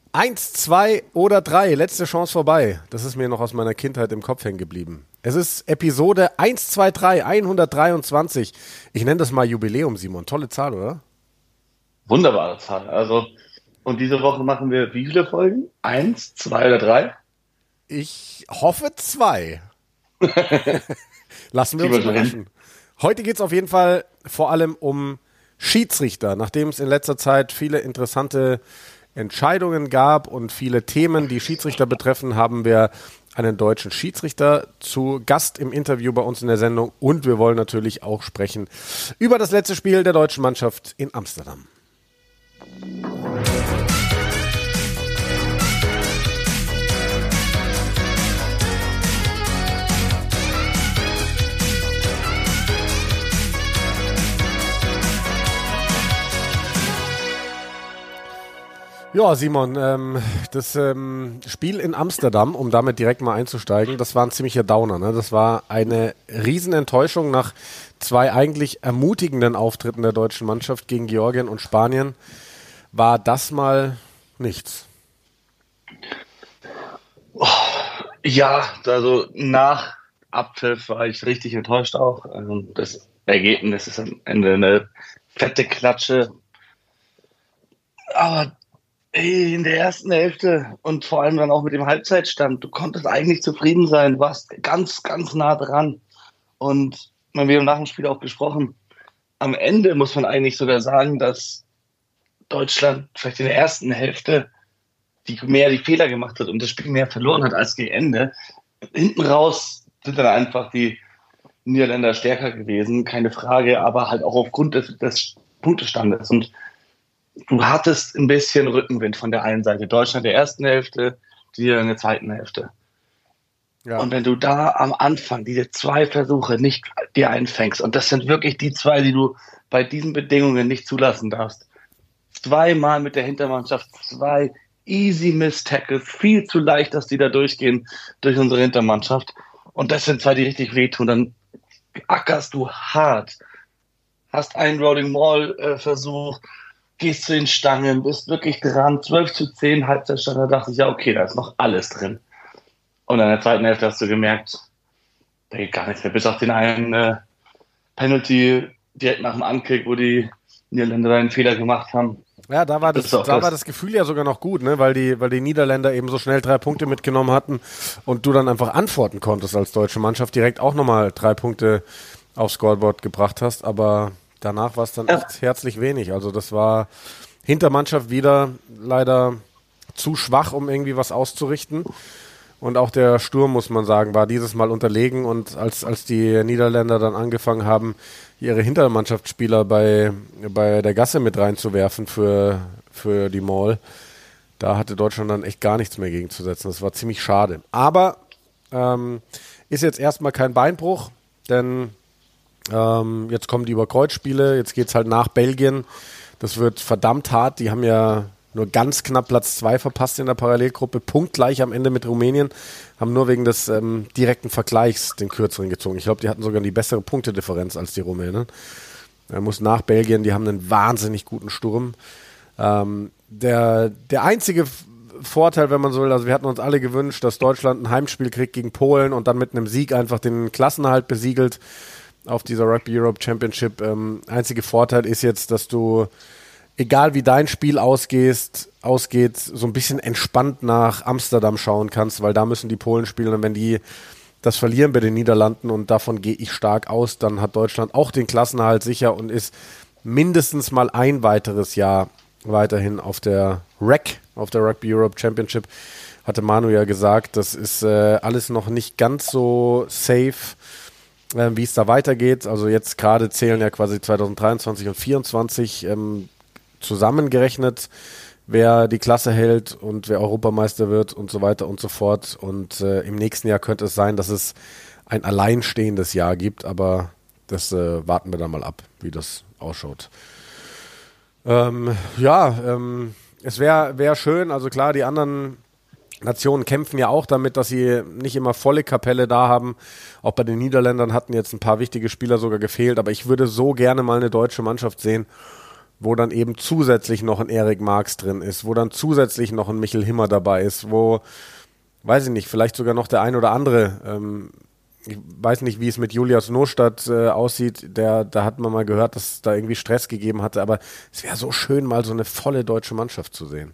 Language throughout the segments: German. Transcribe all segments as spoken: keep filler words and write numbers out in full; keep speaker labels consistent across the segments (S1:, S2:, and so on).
S1: Eins, zwei oder drei, letzte Chance vorbei. Das ist mir noch aus meiner Kindheit im Kopf hängen geblieben. Es ist Episode eins, zwei, drei, hundertdreiundzwanzig. Ich nenne das mal Jubiläum, Simon. Tolle Zahl, oder?
S2: Wunderbare Zahl. Also, und diese Woche machen wir wie viele Folgen? Eins, zwei oder drei?
S1: Ich hoffe zwei. Lassen wir uns überraschen. Heute geht es auf jeden Fall vor allem um Schiedsrichter. Nachdem es in letzter Zeit viele interessante Entscheidungen gab und viele Themen, die Schiedsrichter betreffen, haben wir einen deutschen Schiedsrichter zu Gast im Interview bei uns in der Sendung und wir wollen natürlich auch sprechen über das letzte Spiel der deutschen Mannschaft in Amsterdam. Ja, Simon, ähm, das ähm, Spiel in Amsterdam, um damit direkt mal einzusteigen, das war ein ziemlicher Downer. Ne? Das war eine Riesenenttäuschung nach zwei eigentlich ermutigenden Auftritten der deutschen Mannschaft gegen Georgien und Spanien. War das mal nichts?
S2: Oh, ja, also nach Abpfiff war ich richtig enttäuscht auch. Also das Ergebnis ist am Ende eine fette Klatsche. Aber in der ersten Hälfte und vor allem dann auch mit dem Halbzeitstand, du konntest eigentlich zufrieden sein, du warst ganz, ganz nah dran. Und wir haben nach dem Spiel auch gesprochen, am Ende muss man eigentlich sogar sagen, dass Deutschland vielleicht in der ersten Hälfte die mehr die Fehler gemacht hat und das Spiel mehr verloren hat als gegen Ende. Hinten raus sind dann einfach die Niederländer stärker gewesen, keine Frage, aber halt auch aufgrund des, des Punktestandes. Und du hattest ein bisschen Rückenwind von der einen Seite. Deutschland in der ersten Hälfte, die in der zweiten Hälfte. Ja. Und wenn du da am Anfang diese zwei Versuche nicht dir einfängst, und das sind wirklich die zwei, die du bei diesen Bedingungen nicht zulassen darfst. Zweimal mit der Hintermannschaft, zwei easy Miss-Tackles, viel zu leicht, dass die da durchgehen durch unsere Hintermannschaft. Und das sind zwei, die richtig wehtun. Dann ackerst du hart, hast einen Rolling Maul-Versuch, gehst zu den Stangen, bist wirklich dran, zwölf zu zehn, Halbzeitstand, da dachte ich, ja okay, da ist noch alles drin. Und in der zweiten Hälfte hast du gemerkt, da geht gar nichts mehr, bis auf den einen äh, Penalty direkt nach dem Ankick, wo die Niederländer einen Fehler gemacht haben.
S1: Ja, da war das,
S2: das,
S1: da
S2: das
S1: war das Gefühl ja sogar noch gut, ne? weil, die, weil die Niederländer eben so schnell drei Punkte mitgenommen hatten und du dann einfach antworten konntest als deutsche Mannschaft, direkt auch nochmal drei Punkte aufs Scoreboard gebracht hast, aber danach war es dann echt ja. herzlich wenig. Also das war Hintermannschaft wieder leider zu schwach, um irgendwie was auszurichten. Und auch der Sturm, muss man sagen, war dieses Mal unterlegen. Und als, als die Niederländer dann angefangen haben, ihre Hintermannschaftsspieler bei, bei der Gasse mit reinzuwerfen für, für die Maul, da hatte Deutschland dann echt gar nichts mehr gegenzusetzen. Das war ziemlich schade. Aber ähm, ist jetzt erstmal kein Beinbruch, denn Ähm, jetzt kommen die Überkreuzspiele, jetzt geht es halt nach Belgien. Das wird verdammt hart. Die haben ja nur ganz knapp Platz zwei verpasst in der Parallelgruppe. Punktgleich am Ende mit Rumänien. Haben nur wegen des ähm, direkten Vergleichs den kürzeren gezogen. Ich glaube, die hatten sogar die bessere Punktedifferenz als die Rumänen. Er muss nach Belgien, die haben einen wahnsinnig guten Sturm. Ähm, der, der einzige Vorteil, wenn man so will, also wir hatten uns alle gewünscht, dass Deutschland ein Heimspiel kriegt gegen Polen und dann mit einem Sieg einfach den Klassenerhalt besiegelt auf dieser Rugby Europe Championship. Ähm, einzige Vorteil ist jetzt, dass du, egal wie dein Spiel ausgehst, ausgeht, so ein bisschen entspannt nach Amsterdam schauen kannst, weil da müssen die Polen spielen und wenn die das verlieren bei den Niederlanden und davon gehe ich stark aus, dann hat Deutschland auch den Klassenerhalt sicher und ist mindestens mal ein weiteres Jahr weiterhin auf der R E C, auf der Rugby Europe Championship, hatte Manu ja gesagt, das ist äh, alles noch nicht ganz so safe, äh, wie es da weitergeht. Also jetzt gerade zählen ja quasi zwanzig dreiundzwanzig und vierundzwanzig ähm, zusammengerechnet, wer die Klasse hält und wer Europameister wird und so weiter und so fort. Und äh, im nächsten Jahr könnte es sein, dass es ein alleinstehendes Jahr gibt, aber das äh, warten wir dann mal ab, wie das ausschaut. Ähm, ja, ähm, es wäre wär schön, also klar, die anderen Nationen kämpfen ja auch damit, dass sie nicht immer volle Kapelle da haben. Auch bei den Niederländern hatten jetzt ein paar wichtige Spieler sogar gefehlt, aber ich würde so gerne mal eine deutsche Mannschaft sehen, wo dann eben zusätzlich noch ein Erik Marx drin ist, wo dann zusätzlich noch ein Michel Himmer dabei ist, wo, weiß ich nicht, vielleicht sogar noch der ein oder andere, ähm, ich weiß nicht, wie es mit Julius Nostadt äh, aussieht, der, da hat man mal gehört, dass es da irgendwie Stress gegeben hatte, aber es wäre so schön, mal so eine volle deutsche Mannschaft zu sehen.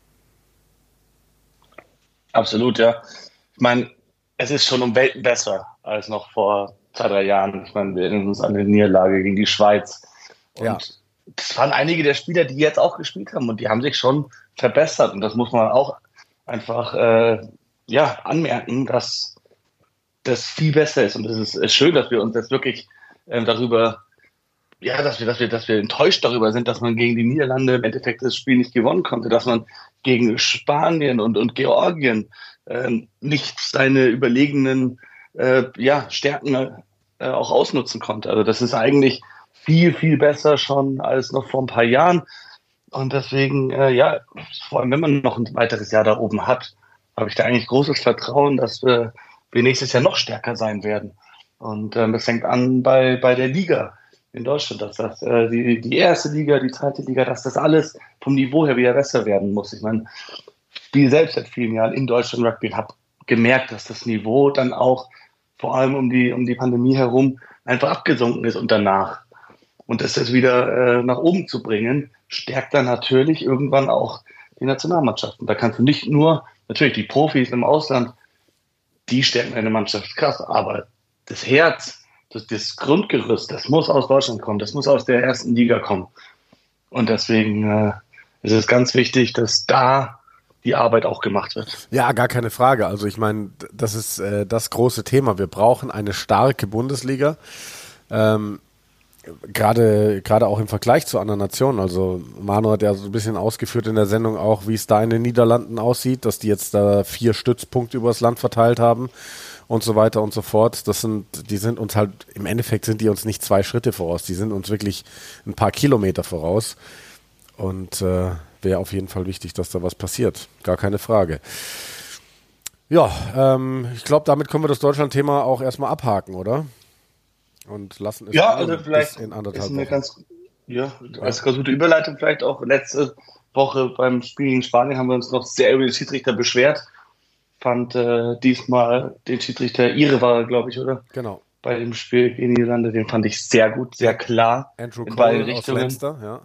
S2: Absolut, ja. Ich meine, es ist schon um Welten besser als noch vor zwei, drei Jahren. Ich meine, wir erinnern uns an die Niederlage gegen die Schweiz. Und
S1: ja.
S2: Das waren einige der Spieler, die jetzt auch gespielt haben und die haben sich schon verbessert. Und das muss man auch einfach äh, ja, anmerken, dass das viel besser ist. Und es ist, ist schön, dass wir uns jetzt wirklich äh, darüber, ja, dass wir, dass wir, dass wir enttäuscht darüber sind, dass man gegen die Niederlande im Endeffekt das Spiel nicht gewonnen konnte, dass man gegen Spanien und, und Georgien äh, nicht seine überlegenen äh, ja, Stärken äh, auch ausnutzen konnte. Also das ist eigentlich viel, viel besser schon als noch vor ein paar Jahren. Und deswegen, äh, ja, vor allem wenn man noch ein weiteres Jahr da oben hat, habe ich da eigentlich großes Vertrauen, dass wir, wir nächstes Jahr noch stärker sein werden. Und ähm, das fängt an bei, bei der Liga in Deutschland, dass das äh, die, die erste Liga, die zweite Liga, dass das alles vom Niveau her wieder besser werden muss. Ich meine, ich spiele selbst seit vielen Jahren in Deutschland Rugby und habe gemerkt, dass das Niveau dann auch vor allem um die, um die Pandemie herum einfach abgesunken ist und danach. Und das jetzt wieder äh, nach oben zu bringen, stärkt dann natürlich irgendwann auch die Nationalmannschaften. Da kannst du nicht nur, natürlich die Profis im Ausland, die stärken eine Mannschaft krass, aber das Herz, das, das Grundgerüst, das muss aus Deutschland kommen, das muss aus der ersten Liga kommen. Und deswegen äh, ist es ganz wichtig, dass da die Arbeit auch gemacht wird.
S1: Ja, gar keine Frage. Also ich meine, das ist äh, das große Thema. Wir brauchen eine starke Bundesliga. Ähm, Gerade gerade auch im Vergleich zu anderen Nationen. Also Manu hat ja so ein bisschen ausgeführt in der Sendung auch, wie es da in den Niederlanden aussieht, dass die jetzt da vier Stützpunkte übers Land verteilt haben und so weiter und so fort. Das sind, die sind uns halt, im Endeffekt sind die uns nicht zwei Schritte voraus, die sind uns wirklich ein paar Kilometer voraus. Und äh, wäre auf jeden Fall wichtig, dass da was passiert. Gar keine Frage. Ja, ähm, ich glaube, damit können wir das Deutschland-Thema auch erstmal abhaken, oder? Und lassen es
S2: ja, also vielleicht
S1: in anderthalb
S2: ist eine
S1: Wochen.
S2: Ganz, ja, als ganz gute Überleitung vielleicht auch. Letzte Woche beim Spiel gegen Spanien haben wir uns noch sehr über den Schiedsrichter beschwert. Fand äh, diesmal den Schiedsrichter, Ihre war glaube ich, oder?
S1: Genau.
S2: Bei dem Spiel gegen die Niederlande, den fand ich sehr gut, sehr klar.
S1: Andrew
S2: in beiden
S1: Cole aus Leinster, ja.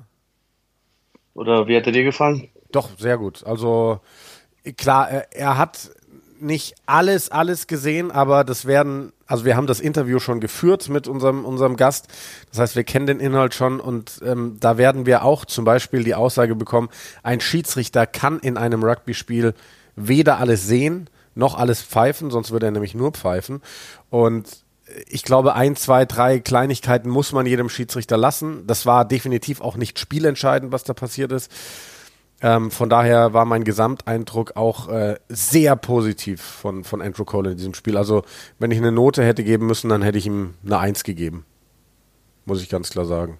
S2: Oder wie hat er dir gefallen?
S1: Doch, sehr gut. Also klar, er, er hat nicht alles, alles gesehen, aber das werden, also wir haben das Interview schon geführt mit unserem, unserem Gast. Das heißt, wir kennen den Inhalt schon und ähm, da werden wir auch zum Beispiel die Aussage bekommen, ein Schiedsrichter kann in einem Rugby-Spiel weder alles sehen, noch alles pfeifen, sonst würde er nämlich nur pfeifen. Und ich glaube, ein, zwei, drei Kleinigkeiten muss man jedem Schiedsrichter lassen. Das war definitiv auch nicht spielentscheidend, was da passiert ist. Ähm, von daher war mein Gesamteindruck auch äh, sehr positiv von, von Andrew Cole in diesem Spiel. Also wenn ich eine Note hätte geben müssen, dann hätte ich ihm eine Eins gegeben. Muss ich ganz klar sagen.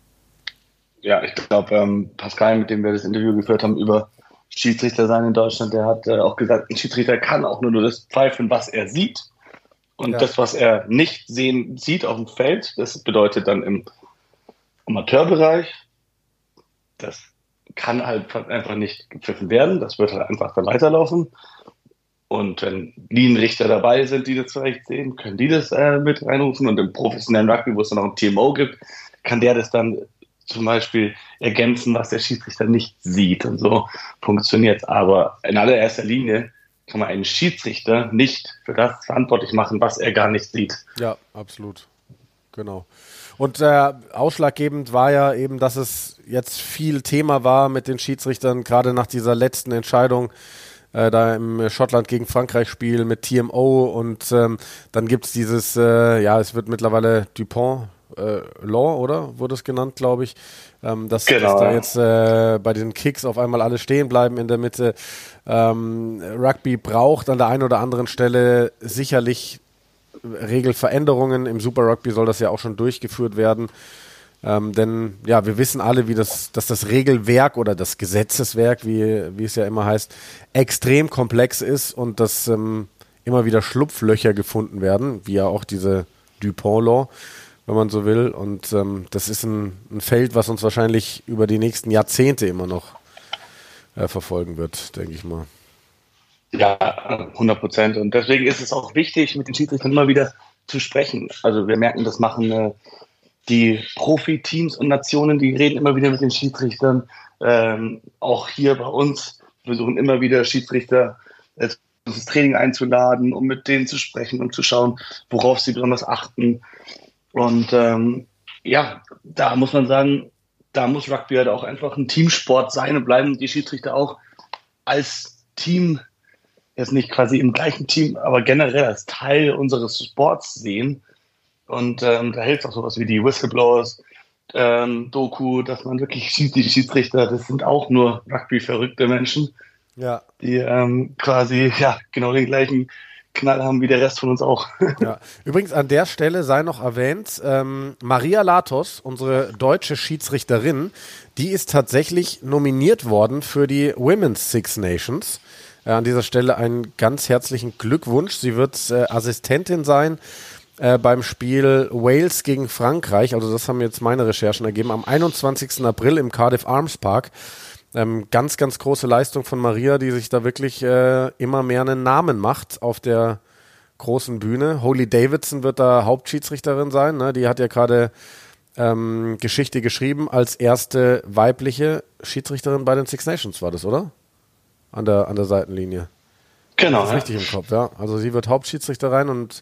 S2: Ja, ich glaube, ähm, Pascal, mit dem wir das Interview geführt haben über Schiedsrichter sein in Deutschland, der hat äh, auch gesagt, ein Schiedsrichter kann auch nur, nur das pfeifen, was er sieht. Und ja. das, was er nicht sehen sieht auf dem Feld, das bedeutet dann im Amateurbereich, das kann halt einfach nicht gepfiffen werden. Das wird halt einfach dann weiterlaufen. Und wenn Linienrichter dabei sind, die das vielleicht sehen, können die das äh, mit reinrufen. Und im professionellen Rugby, wo es dann noch ein T M O gibt, kann der das dann zum Beispiel ergänzen, was der Schiedsrichter nicht sieht. Und so funktioniert es. Aber in allererster Linie kann man einen Schiedsrichter nicht für das verantwortlich machen, was er gar nicht sieht.
S1: Ja, absolut. Genau. Und äh, ausschlaggebend war ja eben, dass es jetzt viel Thema war mit den Schiedsrichtern, gerade nach dieser letzten Entscheidung äh, da im Schottland gegen Frankreich-Spiel mit T M O und ähm, dann gibt es dieses, äh, ja, es wird mittlerweile Dupont äh, Law, oder? Wurde es genannt, glaube ich. Ähm, dass,
S2: genau.
S1: dass da jetzt äh, bei den Kicks auf einmal alle stehen bleiben in der Mitte. Ähm, Rugby braucht an der einen oder anderen Stelle sicherlich Regelveränderungen. Im Super Rugby soll das ja auch schon durchgeführt werden. Ähm, denn ja, wir wissen alle, wie das, dass das Regelwerk oder das Gesetzeswerk, wie, wie es ja immer heißt, extrem komplex ist und dass ähm, immer wieder Schlupflöcher gefunden werden, wie ja auch diese Dupont Law. wenn man so will. Und ähm, das ist ein, ein Feld, was uns wahrscheinlich über die nächsten Jahrzehnte immer noch äh, verfolgen wird, denke ich mal.
S2: Ja, hundert Prozent. Und deswegen ist es auch wichtig, mit den Schiedsrichtern immer wieder zu sprechen. Also wir merken, das machen äh, die Profiteams und Nationen, die reden immer wieder mit den Schiedsrichtern. Ähm, auch hier bei uns versuchen immer wieder Schiedsrichter äh, ins Training einzuladen, um mit denen zu sprechen und zu schauen, worauf sie besonders achten. Und ähm, ja, da muss man sagen, da muss Rugby halt auch einfach ein Teamsport sein und bleiben die Schiedsrichter auch als Team, jetzt nicht quasi im gleichen Team, aber generell als Teil unseres Sports sehen. Und ähm, da hilft auch sowas wie die Whistleblowers, ähm, Doku, dass man wirklich sieht, die Schiedsrichter, das sind auch nur Rugby-verrückte Menschen,
S1: ja.
S2: die ähm, quasi ja genau den gleichen Knall haben wie der Rest von uns auch.
S1: Ja. Übrigens an der Stelle sei noch erwähnt, ähm, Maria Latos, unsere deutsche Schiedsrichterin, die ist tatsächlich nominiert worden für die Women's Six Nations. Äh, an dieser Stelle einen ganz herzlichen Glückwunsch. Sie wird äh, Assistentin sein äh, beim Spiel Wales gegen Frankreich. Also das haben jetzt meine Recherchen ergeben. Am einundzwanzigsten April im Cardiff Arms Park. Ähm, ganz, ganz große Leistung von Maria, die sich da wirklich äh, immer mehr einen Namen macht auf der großen Bühne. Holly Davidson wird da Hauptschiedsrichterin sein. Ne? Die hat ja gerade ähm, Geschichte geschrieben als erste weibliche Schiedsrichterin bei den Six Nations, war das, oder? An der, an der Seitenlinie.
S2: Genau.
S1: Das ist richtig im Kopf, ja. Also sie wird Hauptschiedsrichterin und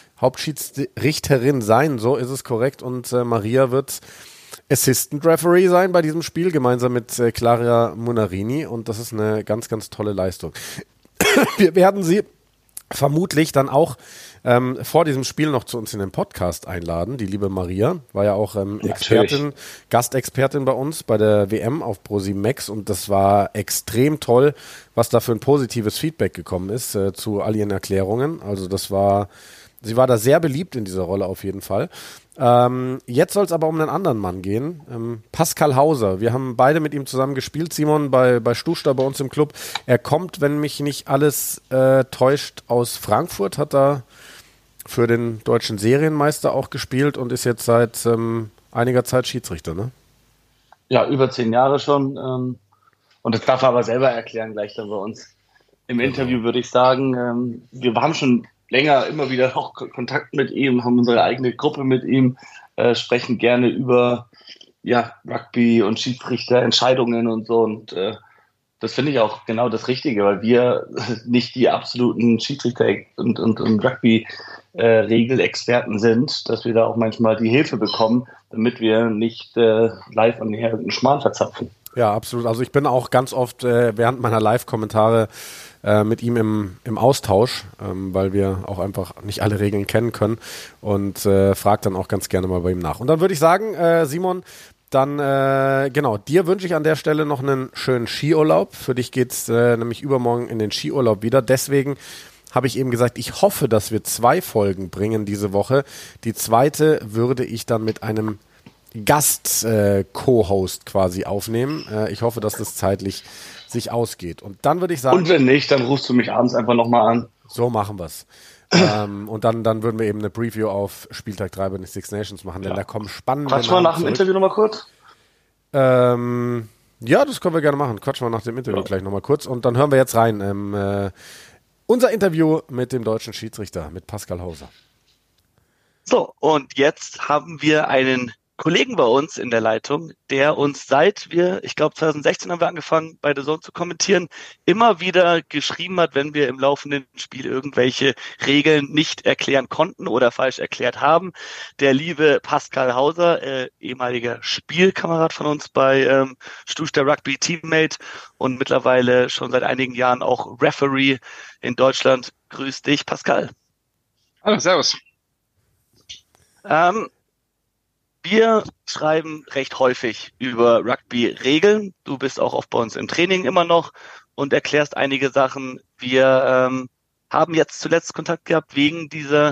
S1: Hauptschiedsrichterin sein, so ist es korrekt. Und äh, Maria wird Assistant Referee sein bei diesem Spiel, gemeinsam mit äh, Clara Munarini. Und das ist eine ganz, ganz tolle Leistung. Wir werden sie vermutlich dann auch ähm, vor diesem Spiel noch zu uns in den Podcast einladen. Die liebe Maria war ja auch ähm, Expertin, Gastexpertin bei uns bei der W M auf ProSieben Max und das war extrem toll, was da für ein positives Feedback gekommen ist äh, zu all ihren Erklärungen. Also das war, sie war da sehr beliebt in dieser Rolle auf jeden Fall. Ähm, jetzt soll es aber um einen anderen Mann gehen. Ähm, Pascal Hauser. Wir haben beide mit ihm zusammen gespielt, Simon, bei, bei Stusta bei uns im Club. Er kommt, wenn mich nicht alles äh, täuscht, aus Frankfurt, hat da für den deutschen Serienmeister auch gespielt und ist jetzt seit ähm, einiger Zeit Schiedsrichter, ne?
S2: Ja, über zehn Jahre schon. Ähm, und das darf er aber selber erklären gleich dann bei uns. Im Interview würde ich sagen, ähm, wir haben schon länger immer wieder auch Kontakt mit ihm, haben unsere eigene Gruppe mit ihm, äh, sprechen gerne über ja, Rugby und Schiedsrichterentscheidungen und so. Und äh, das finde ich auch genau das Richtige, weil wir nicht die absoluten Schiedsrichter und, und, und Rugby-Regelexperten äh, sind, dass wir da auch manchmal die Hilfe bekommen, damit wir nicht äh, live an irgendeinen Schmarrn verzapfen.
S1: Ja, absolut. Also ich bin auch ganz oft äh, während meiner Live-Kommentare äh, mit ihm im, im Austausch, ähm, weil wir auch einfach nicht alle Regeln kennen können und äh, frage dann auch ganz gerne mal bei ihm nach. Und dann würde ich sagen, äh, Simon, dann äh, genau, dir wünsche ich an der Stelle noch einen schönen Skiurlaub. Für dich geht's äh, nämlich übermorgen in den Skiurlaub wieder. Deswegen habe ich eben gesagt, ich hoffe, dass wir zwei Folgen bringen diese Woche. Die zweite würde ich dann mit einem Gast-Co-Host äh, quasi aufnehmen. Äh, ich hoffe, dass das zeitlich sich ausgeht. Und dann würde ich sagen...
S2: Und wenn nicht, dann rufst du mich abends einfach nochmal an.
S1: So machen wir es. ähm, und dann, dann würden wir eben eine Preview auf Spieltag drei bei den Six Nations machen, denn ja. Da kommen spannende
S2: Quatsch mal nach dem zurück. Interview nochmal kurz?
S1: Ähm, ja, das können wir gerne machen. Quatschen wir nach dem Interview ja. gleich nochmal kurz. Und dann hören wir jetzt rein. Ähm, äh, unser Interview mit dem deutschen Schiedsrichter, mit Pascal Hauser.
S3: So, und jetzt haben wir einen Kollegen bei uns in der Leitung, der uns seit wir, ich glaube zwanzig sechzehn haben wir angefangen, bei The Zone zu kommentieren, immer wieder geschrieben hat, wenn wir im laufenden Spiel irgendwelche Regeln nicht erklären konnten oder falsch erklärt haben. Der liebe Pascal Hauser, äh, ehemaliger Spielkamerad von uns bei ähm, Stusta Rugby, Teammate und mittlerweile schon seit einigen Jahren auch Referee in Deutschland. Grüß dich, Pascal.
S4: Hallo, servus.
S3: Ähm, Wir schreiben recht häufig über Rugby-Regeln. Du bist auch oft bei uns im Training immer noch und erklärst einige Sachen. Wir ähm, haben jetzt zuletzt Kontakt gehabt wegen dieser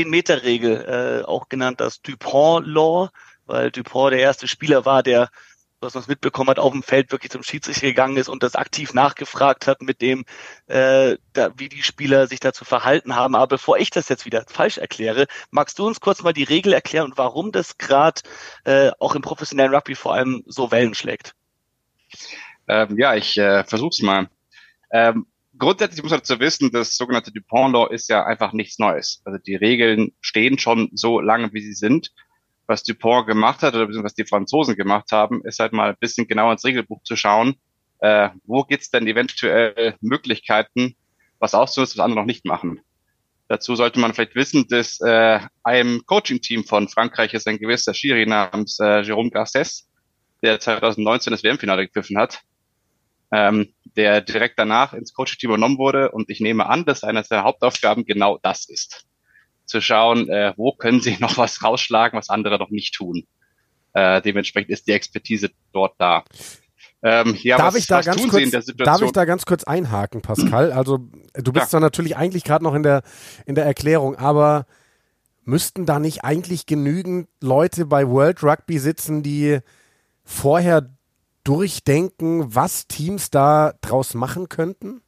S3: zehn-Meter-Regel, äh, auch genannt das Dupont-Law, weil Dupont der erste Spieler war, der was man mitbekommen hat, auf dem Feld wirklich zum Schiedsrichter gegangen ist und das aktiv nachgefragt hat mit dem, äh, da, wie die Spieler sich dazu verhalten haben. Aber bevor ich das jetzt wieder falsch erkläre, magst du uns kurz mal die Regel erklären und warum das gerade äh, auch im professionellen Rugby vor allem so Wellen schlägt?
S4: Ähm, ja, ich äh, versuch's mal. Ähm, grundsätzlich muss man dazu wissen, das sogenannte Dupont Law ist ja einfach nichts Neues. Also die Regeln stehen schon so lange, wie sie sind. Was Dupont gemacht hat, oder beziehungsweise was die Franzosen gemacht haben, ist halt mal ein bisschen genauer ins Regelbuch zu schauen, äh, wo gibt's denn eventuell Möglichkeiten, was auszunutzen, was andere noch nicht machen. Dazu sollte man vielleicht wissen, dass äh, einem Coaching-Team von Frankreich ist ein gewisser Schiri namens äh, Jérôme Garcès, der zwanzig neunzehn das W M-Finale gepfiffen hat, ähm, der direkt danach ins Coaching-Team übernommen wurde. Und ich nehme an, dass eine seiner Hauptaufgaben genau das ist. Zu schauen, äh, wo können sie noch was rausschlagen, was andere noch nicht tun. Äh, dementsprechend ist die Expertise dort da. Ähm, ja,
S1: darf,
S4: was,
S1: ich da
S4: was
S1: ganz
S4: tun
S1: kurz,
S4: sie in der Situation?
S1: Darf ich da ganz kurz einhaken, Pascal? Also du bist
S4: ja.
S1: zwar natürlich eigentlich gerade noch in der, in der Erklärung, aber müssten da nicht eigentlich genügend Leute bei World Rugby sitzen, die vorher durchdenken, was Teams da draus machen könnten?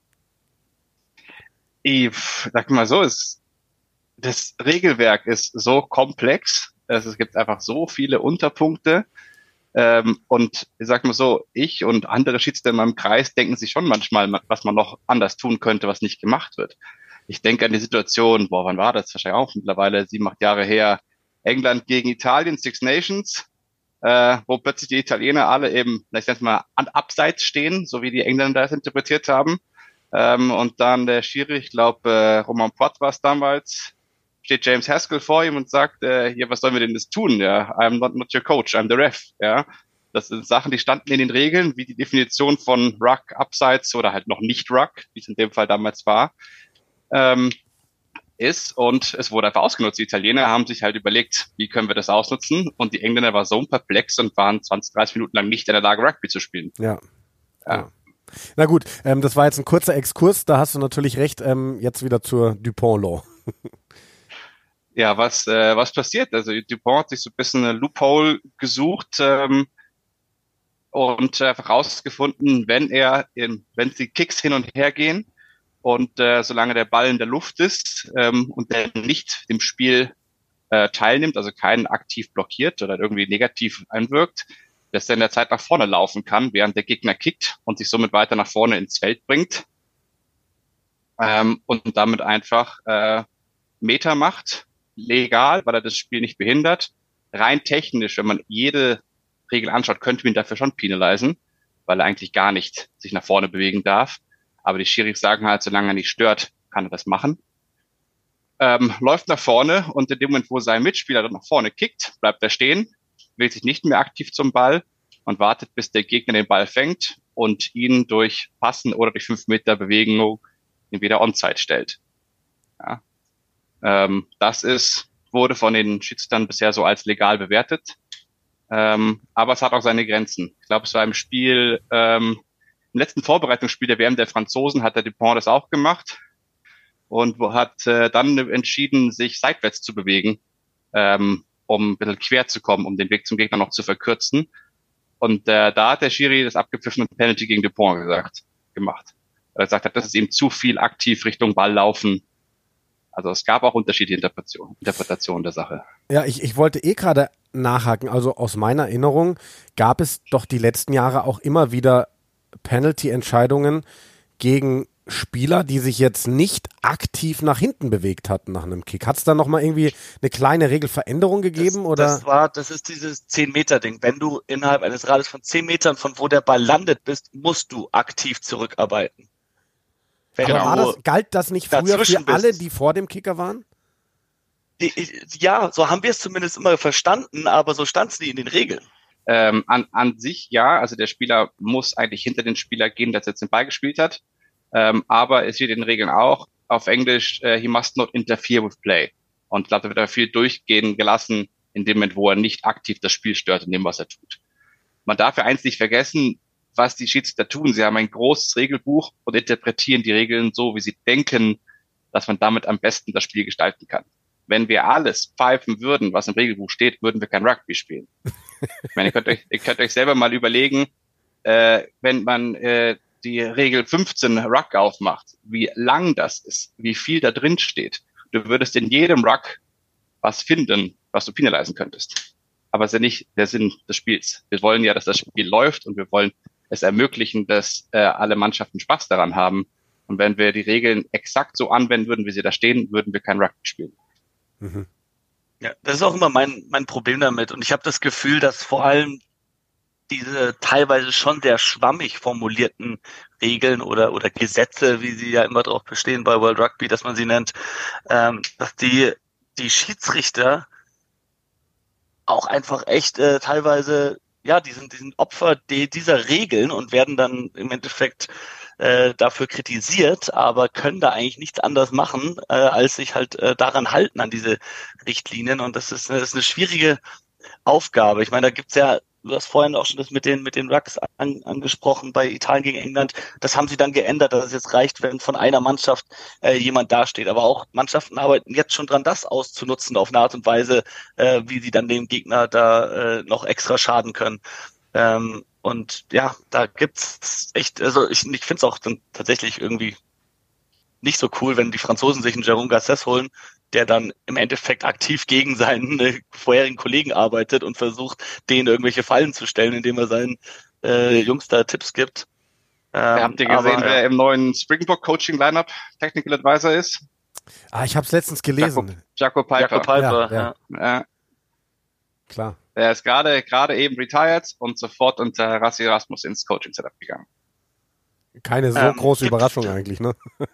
S4: Ich sag mal so, es das Regelwerk ist so komplex, es gibt einfach so viele Unterpunkte, ähm, und ich sag mal so, ich und andere Schiedsrichter in meinem Kreis denken sich schon manchmal, was man noch anders tun könnte, was nicht gemacht wird. Ich denke an die Situation, boah, wann war das? Wahrscheinlich auch mittlerweile sieben, acht Jahre her, England gegen Italien, Six Nations, äh, wo plötzlich die Italiener alle eben, ich sag mal, an abseits stehen, so wie die Engländer das interpretiert haben. Ähm, und dann der Schiri, ich glaube, äh, Romain Poit war es damals, steht James Haskell vor ihm und sagt, äh, hier, was sollen wir denn das tun? Ja, I'm not, not your coach, I'm the ref. Ja, das sind Sachen, die standen in den Regeln, wie die Definition von Ruck, Abseits oder halt noch nicht Ruck, wie es in dem Fall damals war, ähm, ist. Und es wurde einfach ausgenutzt. Die Italiener haben sich halt überlegt, wie können wir das ausnutzen? Und die Engländer waren so perplex und waren zwanzig, dreißig Minuten lang nicht in der Lage, Rugby zu spielen.
S1: Ja.
S4: Ja.
S1: ja. Na gut, ähm, das war jetzt ein kurzer Exkurs, da hast du natürlich recht, ähm, jetzt wieder zur Dupont Law.
S4: Ja, was äh, was passiert? Also Dupont hat sich so ein bisschen eine Loophole gesucht ähm, und einfach rausgefunden, wenn er, in, wenn die Kicks hin und her gehen und äh, solange der Ball in der Luft ist ähm, und der nicht im Spiel äh, teilnimmt, also keinen aktiv blockiert oder irgendwie negativ einwirkt, dass er in der Zeit nach vorne laufen kann, während der Gegner kickt und sich somit weiter nach vorne ins Feld bringt ähm, und damit einfach äh, Meter macht, legal, weil er das Spiel nicht behindert. Rein technisch, wenn man jede Regel anschaut, könnte man ihn dafür schon penalisen, weil er eigentlich gar nicht sich nach vorne bewegen darf. Aber die Schiris sagen halt, solange er nicht stört, kann er das machen. Ähm, läuft nach vorne und in dem Moment, wo sein Mitspieler dann nach vorne kickt, bleibt er stehen, wählt sich nicht mehr aktiv zum Ball und wartet, bis der Gegner den Ball fängt und ihn durch Passen oder durch fünf Meter Bewegung ihn wieder Onside stellt. Ja. Ähm, das ist, wurde von den Schiedsrichtern bisher so als legal bewertet. Ähm, aber es hat auch seine Grenzen. Ich glaube, es war im Spiel, ähm, im letzten Vorbereitungsspiel der W M der Franzosen hat der Dupont das auch gemacht und hat äh, dann entschieden, sich seitwärts zu bewegen, ähm, um ein bisschen quer zu kommen, um den Weg zum Gegner noch zu verkürzen. Und äh, da hat der Schiri das abgepfiffen und Penalty gegen Dupont gesagt, gemacht. Er gesagt hat, das ist ihm zu viel aktiv Richtung Ball laufen. Also es gab auch unterschiedliche Interpretationen, Interpretationen der Sache.
S1: Ja, ich, ich wollte eh gerade nachhaken. Also aus meiner Erinnerung gab es doch die letzten Jahre auch immer wieder Penalty-Entscheidungen gegen Spieler, die sich jetzt nicht aktiv nach hinten bewegt hatten nach einem Kick. Hat es da nochmal irgendwie eine kleine Regelveränderung gegeben?
S3: Das,
S1: oder?
S3: das war, das ist dieses zehn-Meter-Ding. Wenn du innerhalb eines Rades von zehn Metern von wo der Ball landet bist, musst du aktiv zurückarbeiten.
S1: Wenn Aber war das, galt das nicht früher für alle, die vor dem Kicker waren?
S3: Ja, so haben wir es zumindest immer verstanden, aber so stand es nie in den Regeln.
S4: Ähm, an, an sich ja, also der Spieler muss eigentlich hinter den Spieler gehen, der jetzt den Ball gespielt hat. Ähm, aber es steht in den Regeln auch auf Englisch, uh, he must not interfere with play. Und ich glaube, da wird er viel durchgehen gelassen, in dem Moment, wo er nicht aktiv das Spiel stört in dem, was er tut. Man darf ja eins nicht vergessen, was die Schiedsrichter tun. Sie haben ein großes Regelbuch und interpretieren die Regeln so, wie sie denken, dass man damit am besten das Spiel gestalten kann. wenn wir alles pfeifen würden, was im Regelbuch steht, würden wir kein Rugby spielen. Ich meine, ihr könnt euch, ihr könnt euch selber mal überlegen, äh, wenn man äh, die Regel fünfzehn Ruck aufmacht, wie lang das ist, wie viel da drin steht. Du würdest in jedem Ruck was finden, was du penalisieren könntest. Aber es ist ja nicht der Sinn des Spiels. Wir wollen ja, dass das Spiel läuft und wir wollen es ermöglichen, dass äh, alle Mannschaften Spaß daran haben. Und wenn wir die Regeln exakt so anwenden würden, wie sie da stehen, würden wir kein Rugby spielen.
S3: Mhm. Ja, das ist auch immer mein mein Problem damit. Und ich habe das Gefühl, dass vor allem diese teilweise schon sehr schwammig formulierten Regeln oder oder Gesetze, wie sie ja immer drauf bestehen bei World Rugby, dass man sie nennt, ähm, dass die die Schiedsrichter auch einfach echt äh, teilweise, ja, die sind, die sind Opfer de, dieser Regeln und werden dann im Endeffekt äh, dafür kritisiert, aber können da eigentlich nichts anderes machen, äh, als sich halt äh, daran halten, an diese Richtlinien. Und das ist, das ist eine schwierige Aufgabe. Ich meine, da gibt's ja, du hast vorhin auch schon das mit den mit den Rucks an, angesprochen bei Italien gegen England. Das haben sie dann geändert, dass es jetzt reicht, wenn von einer Mannschaft äh, jemand dasteht. Aber auch Mannschaften arbeiten jetzt schon dran, das auszunutzen auf eine Art und Weise, äh, wie sie dann dem Gegner da äh, noch extra schaden können. Ähm, und ja, da gibt's echt, also ich, ich finde es auch dann tatsächlich irgendwie nicht so cool, wenn die Franzosen sich einen Jérôme Garcés holen, der dann im Endeffekt aktiv gegen seinen äh, vorherigen Kollegen arbeitet und versucht, denen irgendwelche Fallen zu stellen, indem er seinen äh, Jungs da Tipps gibt.
S4: Ähm, Habt ihr gesehen, aber, wer ja. im neuen Springbok Coaching Lineup Technical Advisor ist?
S1: Ah, ich habe es letztens gelesen.
S4: Jaco Piper.
S3: Jaco Piper,
S1: ja. ja. ja. Klar.
S4: Er ist gerade gerade eben retired und sofort unter Rassi Erasmus ins Coaching-Setup gegangen.
S1: Keine so ähm, große Überraschung eigentlich, ne?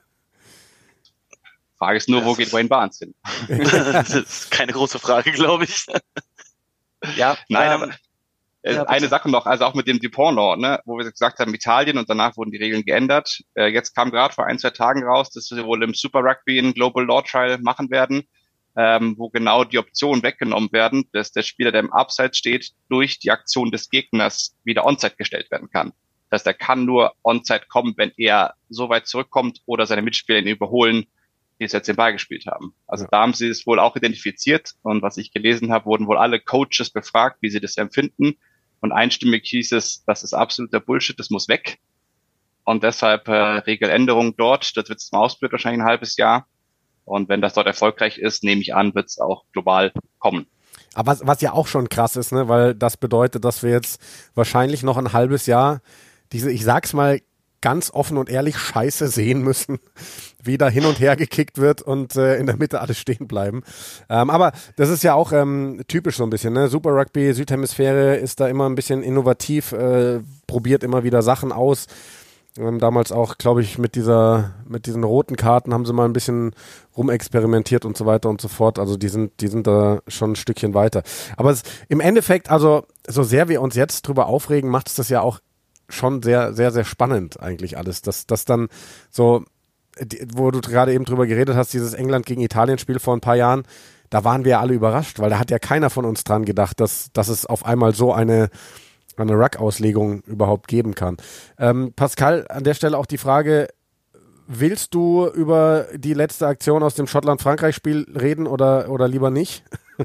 S4: Frage ist nur, wo geht Wayne Barnes hin?
S3: Das ist keine große Frage, glaube ich.
S4: Ja, nein, ähm, aber äh, ja, eine Sache noch, also auch mit dem Dupont-Law, ne, wo wir gesagt haben, Italien und danach wurden die Regeln geändert. Äh, jetzt kam gerade vor ein, zwei Tagen raus, dass wir wohl im Super Rugby einen Global Law Trial machen werden, ähm, wo genau die Optionen weggenommen werden, dass der Spieler, der im Upside steht, durch die Aktion des Gegners wieder Onside gestellt werden kann. Das heißt, er kann nur Onside kommen, wenn er so weit zurückkommt oder seine Mitspieler ihn überholen, die es jetzt den Ball gespielt haben. Also ja. Da haben sie es wohl auch identifiziert und was ich gelesen habe, wurden wohl alle Coaches befragt, wie sie das empfinden und einstimmig hieß es, das ist absoluter Bullshit, das muss weg und deshalb äh, Regeländerung dort, das wird es mal ausprobiert, wahrscheinlich ein halbes Jahr und wenn das dort erfolgreich ist, nehme ich an, wird es auch global kommen.
S1: Aber was, was ja auch schon krass ist, ne, weil das bedeutet, dass wir jetzt wahrscheinlich noch ein halbes Jahr diese, ich sag's mal ganz offen und ehrlich, Scheiße sehen müssen, wie da hin und her gekickt wird und äh, in der Mitte alles stehen bleiben. Ähm, aber das ist ja auch ähm, typisch so ein bisschen, ne? Super Rugby, Südhemisphäre ist da immer ein bisschen innovativ, äh, probiert immer wieder Sachen aus. Ähm, damals auch, glaube ich, mit dieser, mit diesen roten Karten haben sie mal ein bisschen rumexperimentiert und so weiter und so fort. Also die sind, die sind da schon ein Stückchen weiter. Aber es, im Endeffekt, also so sehr wir uns jetzt drüber aufregen, macht es das ja auch schon sehr, sehr, sehr spannend eigentlich alles. Dass das dann so, die, wo du gerade eben drüber geredet hast, dieses England gegen Italien-Spiel vor ein paar Jahren, da waren wir ja alle überrascht, weil da hat ja keiner von uns dran gedacht, dass, dass es auf einmal so eine eine Ruck-Auslegung überhaupt geben kann. Ähm, Pascal, an der Stelle auch die Frage, willst du über die letzte Aktion aus dem Schottland-Frankreich-Spiel reden oder, oder lieber nicht?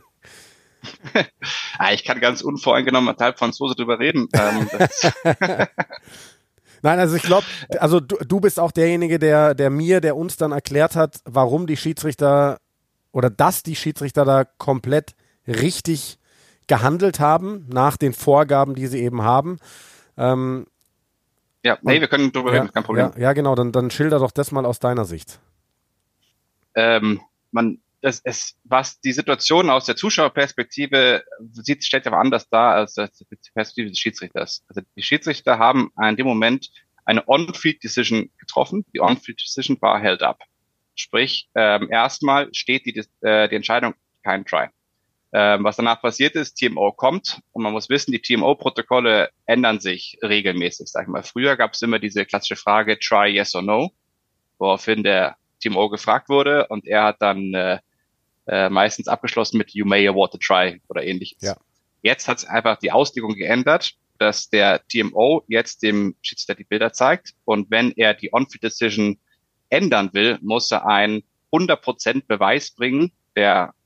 S4: Ich kann ganz unvoreingenommen mit halb Franzose drüber reden. Ähm,
S1: Nein, also ich glaube, also du, du bist auch derjenige, der, der mir, der uns dann erklärt hat, warum die Schiedsrichter oder dass die Schiedsrichter da komplett richtig gehandelt haben, nach den Vorgaben, die sie eben haben. Ähm,
S4: ja, nee, wir können drüber
S1: ja,
S4: reden, kein Problem.
S1: Ja, ja genau, dann, dann schilder doch das mal aus deiner Sicht.
S4: Ähm, man, das ist, was die Situation aus der Zuschauerperspektive sieht, stellt aber anders dar als die Perspektive des Schiedsrichters. Also die Schiedsrichter haben in dem Moment eine On-Field-Decision getroffen. Die On-Field-Decision war held up. Sprich, ähm, erstmal steht die, äh, die Entscheidung kein Try. Ähm, was danach passiert ist, T M O kommt und man muss wissen, die T M O-Protokolle ändern sich regelmäßig. Sag ich mal, früher gab es immer diese klassische Frage Try, yes or no, woraufhin der T M O gefragt wurde und er hat dann äh, äh, meistens abgeschlossen mit You may award a try oder ähnliches.
S1: Ja.
S4: Jetzt hat es einfach die Auslegung geändert, dass der T M O jetzt dem Schiedsrichter die Bilder zeigt und wenn er die On-Field-Decision ändern will, muss er einen hundert Prozent Beweis bringen, der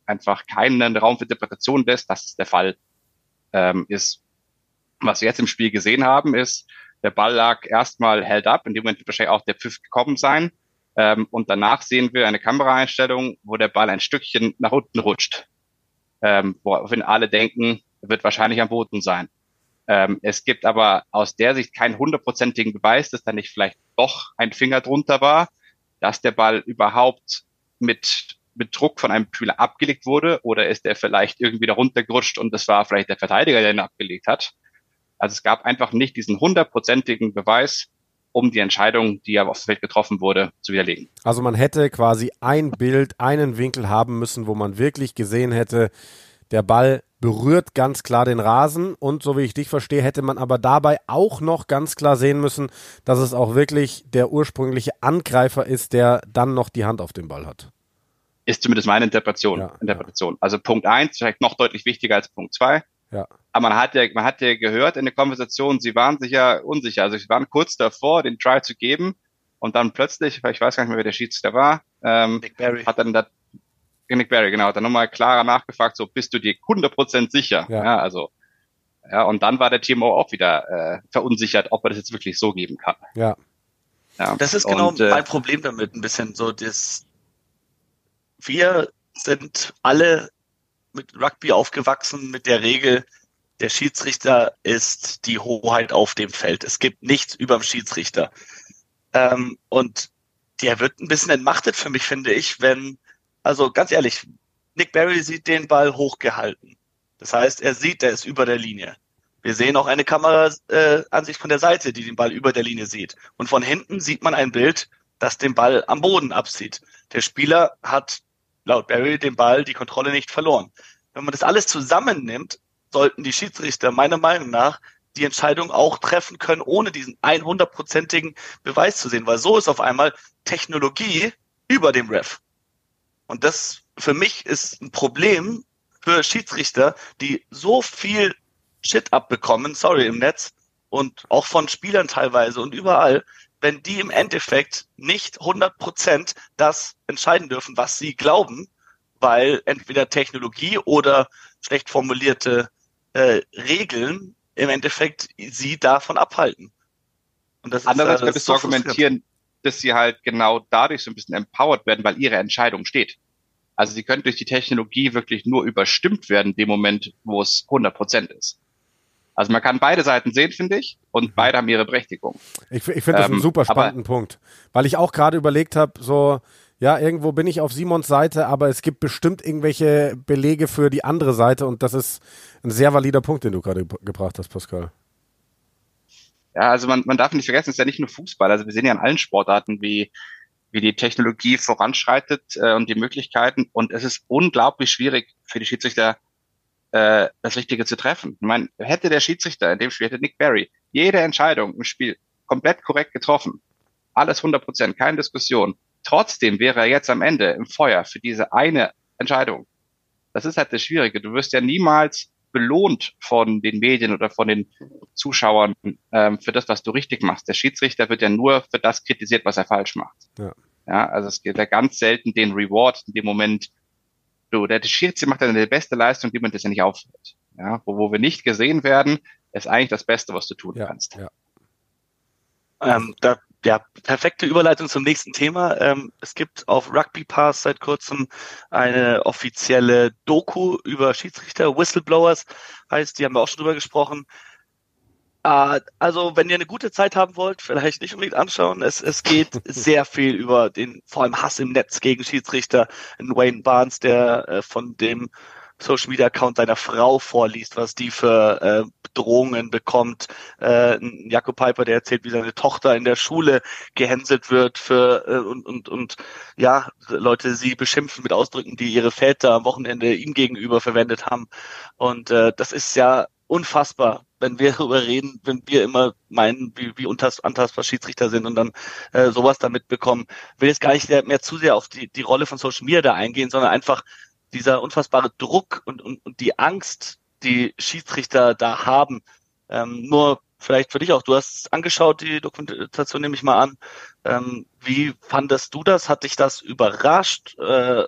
S4: einfach keinen Raum für Interpretation lässt, dass es der Fall ähm, ist. Was wir jetzt im Spiel gesehen haben, ist, der Ball lag erstmal held up, in dem Moment wird wahrscheinlich auch der Pfiff gekommen sein. Ähm, und danach sehen wir eine Kameraeinstellung, wo der Ball ein Stückchen nach unten rutscht. Ähm, woraufhin alle denken, er wird wahrscheinlich am Boden sein. Ähm, es gibt aber aus der Sicht keinen hundertprozentigen Beweis, dass da nicht vielleicht doch ein Finger drunter war, dass der Ball überhaupt mit, mit Druck von einem Spieler abgelegt wurde, oder ist der vielleicht irgendwie da runtergerutscht und das war vielleicht der Verteidiger, der ihn abgelegt hat. Also es gab einfach nicht diesen hundertprozentigen Beweis, um die Entscheidung, die ja aufs Feld getroffen wurde, zu widerlegen.
S1: Also man hätte quasi ein Bild, einen Winkel haben müssen, wo man wirklich gesehen hätte, der Ball berührt ganz klar den Rasen, und so wie ich dich verstehe, hätte man aber dabei auch noch ganz klar sehen müssen, dass es auch wirklich der ursprüngliche Angreifer ist, der dann noch die Hand auf den Ball hat.
S4: Ist zumindest meine Interpretation.
S1: Ja,
S4: Interpretation. Ja. Also Punkt eins, vielleicht noch deutlich wichtiger als Punkt zwei.
S1: Ja.
S4: Aber man hat ja, man hat ja gehört in der Konversation, sie waren sich ja unsicher. Also sie waren kurz davor, den Try zu geben, und dann plötzlich, ich weiß gar nicht mehr, wer der Schiedsrichter war, ähm,
S3: Nick Berry.
S4: hat dann da, Nick Berry, genau, hat dann nochmal klarer nachgefragt, so, bist du dir hundert Prozent sicher?
S1: Ja.
S4: ja, also, ja, und dann war der T M O auch wieder äh, verunsichert, ob er das jetzt wirklich so geben kann.
S1: Ja.
S4: Ja.
S3: Das ist genau
S4: und, äh,
S3: mein Problem damit, ein bisschen so, das, wir sind alle mit Rugby aufgewachsen, mit der Regel, der Schiedsrichter ist die Hoheit auf dem Feld. Es gibt nichts über dem Schiedsrichter. Ähm, und der wird ein bisschen entmachtet für mich, finde ich, wenn, also ganz ehrlich, Nick Berry sieht den Ball hochgehalten. Das heißt, er sieht, der ist über der Linie. Wir sehen auch eine Kameraansicht äh, Ansicht von der Seite, die den Ball über der Linie sieht. Und von hinten sieht man ein Bild, das den Ball am Boden abzieht. Der Spieler hat laut Berry den Ball, die Kontrolle nicht verloren. Wenn man das alles zusammennimmt, sollten die Schiedsrichter meiner Meinung nach die Entscheidung auch treffen können, ohne diesen hundertprozentigen Beweis zu sehen, weil so ist auf einmal Technologie über dem Ref. Und das für mich ist ein Problem für Schiedsrichter, die so viel Shit abbekommen, sorry, im Netz und auch von Spielern teilweise und überall, wenn die im Endeffekt nicht hundert Prozent das entscheiden dürfen, was sie glauben, weil entweder Technologie oder schlecht formulierte äh, Regeln im Endeffekt sie davon abhalten. Und das
S4: Andererseits
S3: ist, äh,
S4: könntest
S3: so
S4: du argumentieren, dass sie halt genau dadurch so ein bisschen empowered werden, weil ihre Entscheidung steht. Also sie können durch die Technologie wirklich nur überstimmt werden, in dem Moment, wo es hundert Prozent ist. Also man kann beide Seiten sehen, finde ich, und beide haben ihre Berechtigung.
S1: Ich, ich finde das einen
S4: Ähm,
S1: super
S4: aber-
S1: spannenden Punkt, weil ich auch gerade überlegt habe, so, ja, irgendwo bin ich auf Simons Seite, aber es gibt bestimmt irgendwelche Belege für die andere Seite, und das ist ein sehr valider Punkt, den du gerade ge- gebracht hast, Pascal.
S4: Ja, also man, man darf nicht vergessen, es ist ja nicht nur Fußball. Also wir sehen ja in allen Sportarten, wie, wie die Technologie voranschreitet äh, und die Möglichkeiten. Und es ist unglaublich schwierig für die Schiedsrichter, äh, das Richtige zu treffen. Ich meine, hätte der Schiedsrichter, in dem Spiel hätte Nick Berry, jede Entscheidung im Spiel komplett korrekt getroffen, alles hundert Prozent, keine Diskussion. Trotzdem wäre er jetzt am Ende im Feuer für diese eine Entscheidung. Das ist halt das Schwierige. Du wirst ja niemals belohnt von den Medien oder von den Zuschauern ähm, für das, was du richtig machst. Der Schiedsrichter wird ja nur für das kritisiert, was er falsch macht.
S1: Ja.
S4: Ja, also es gibt ja ganz selten den Reward in dem Moment. Du, der Schiedsrichter macht dann die beste Leistung, die man das ja nicht auffällt. Ja, wo, wo wir nicht gesehen werden, ist eigentlich das Beste, was du tun
S1: Ja,
S4: kannst.
S1: ja.
S3: Ähm, da, ja, perfekte Überleitung zum nächsten Thema. Ähm, es gibt auf Rugby Pass seit kurzem eine offizielle Doku über Schiedsrichter, Whistleblowers heißt, die haben wir auch schon drüber gesprochen. Äh, also, wenn ihr eine gute Zeit haben wollt, vielleicht nicht unbedingt anschauen. Es, es geht sehr viel über den, vor allem Hass im Netz gegen Schiedsrichter. Ein Wayne Barnes, der äh, von dem Social Media Account seiner Frau vorliest, was die für äh, Bedrohungen bekommt. Äh, ein Jakob Piper, der erzählt, wie seine Tochter in der Schule gehänselt wird für äh, und und und ja, Leute sie beschimpfen mit Ausdrücken, die ihre Väter am Wochenende ihm gegenüber verwendet haben. Und äh, das ist ja unfassbar, wenn wir darüber reden, wenn wir immer meinen, wie, wie antastbar Schiedsrichter sind und dann äh, sowas da mitbekommen. Ich will jetzt gar nicht mehr zu sehr auf die die Rolle von Social Media da eingehen, sondern einfach dieser unfassbare Druck und, und, und die Angst, die Schiedsrichter da haben. Ähm, nur vielleicht für dich auch, du hast es angeschaut, die Dokumentation nehme ich mal an. Ähm, wie fandest du das? Hat dich das überrascht? Äh,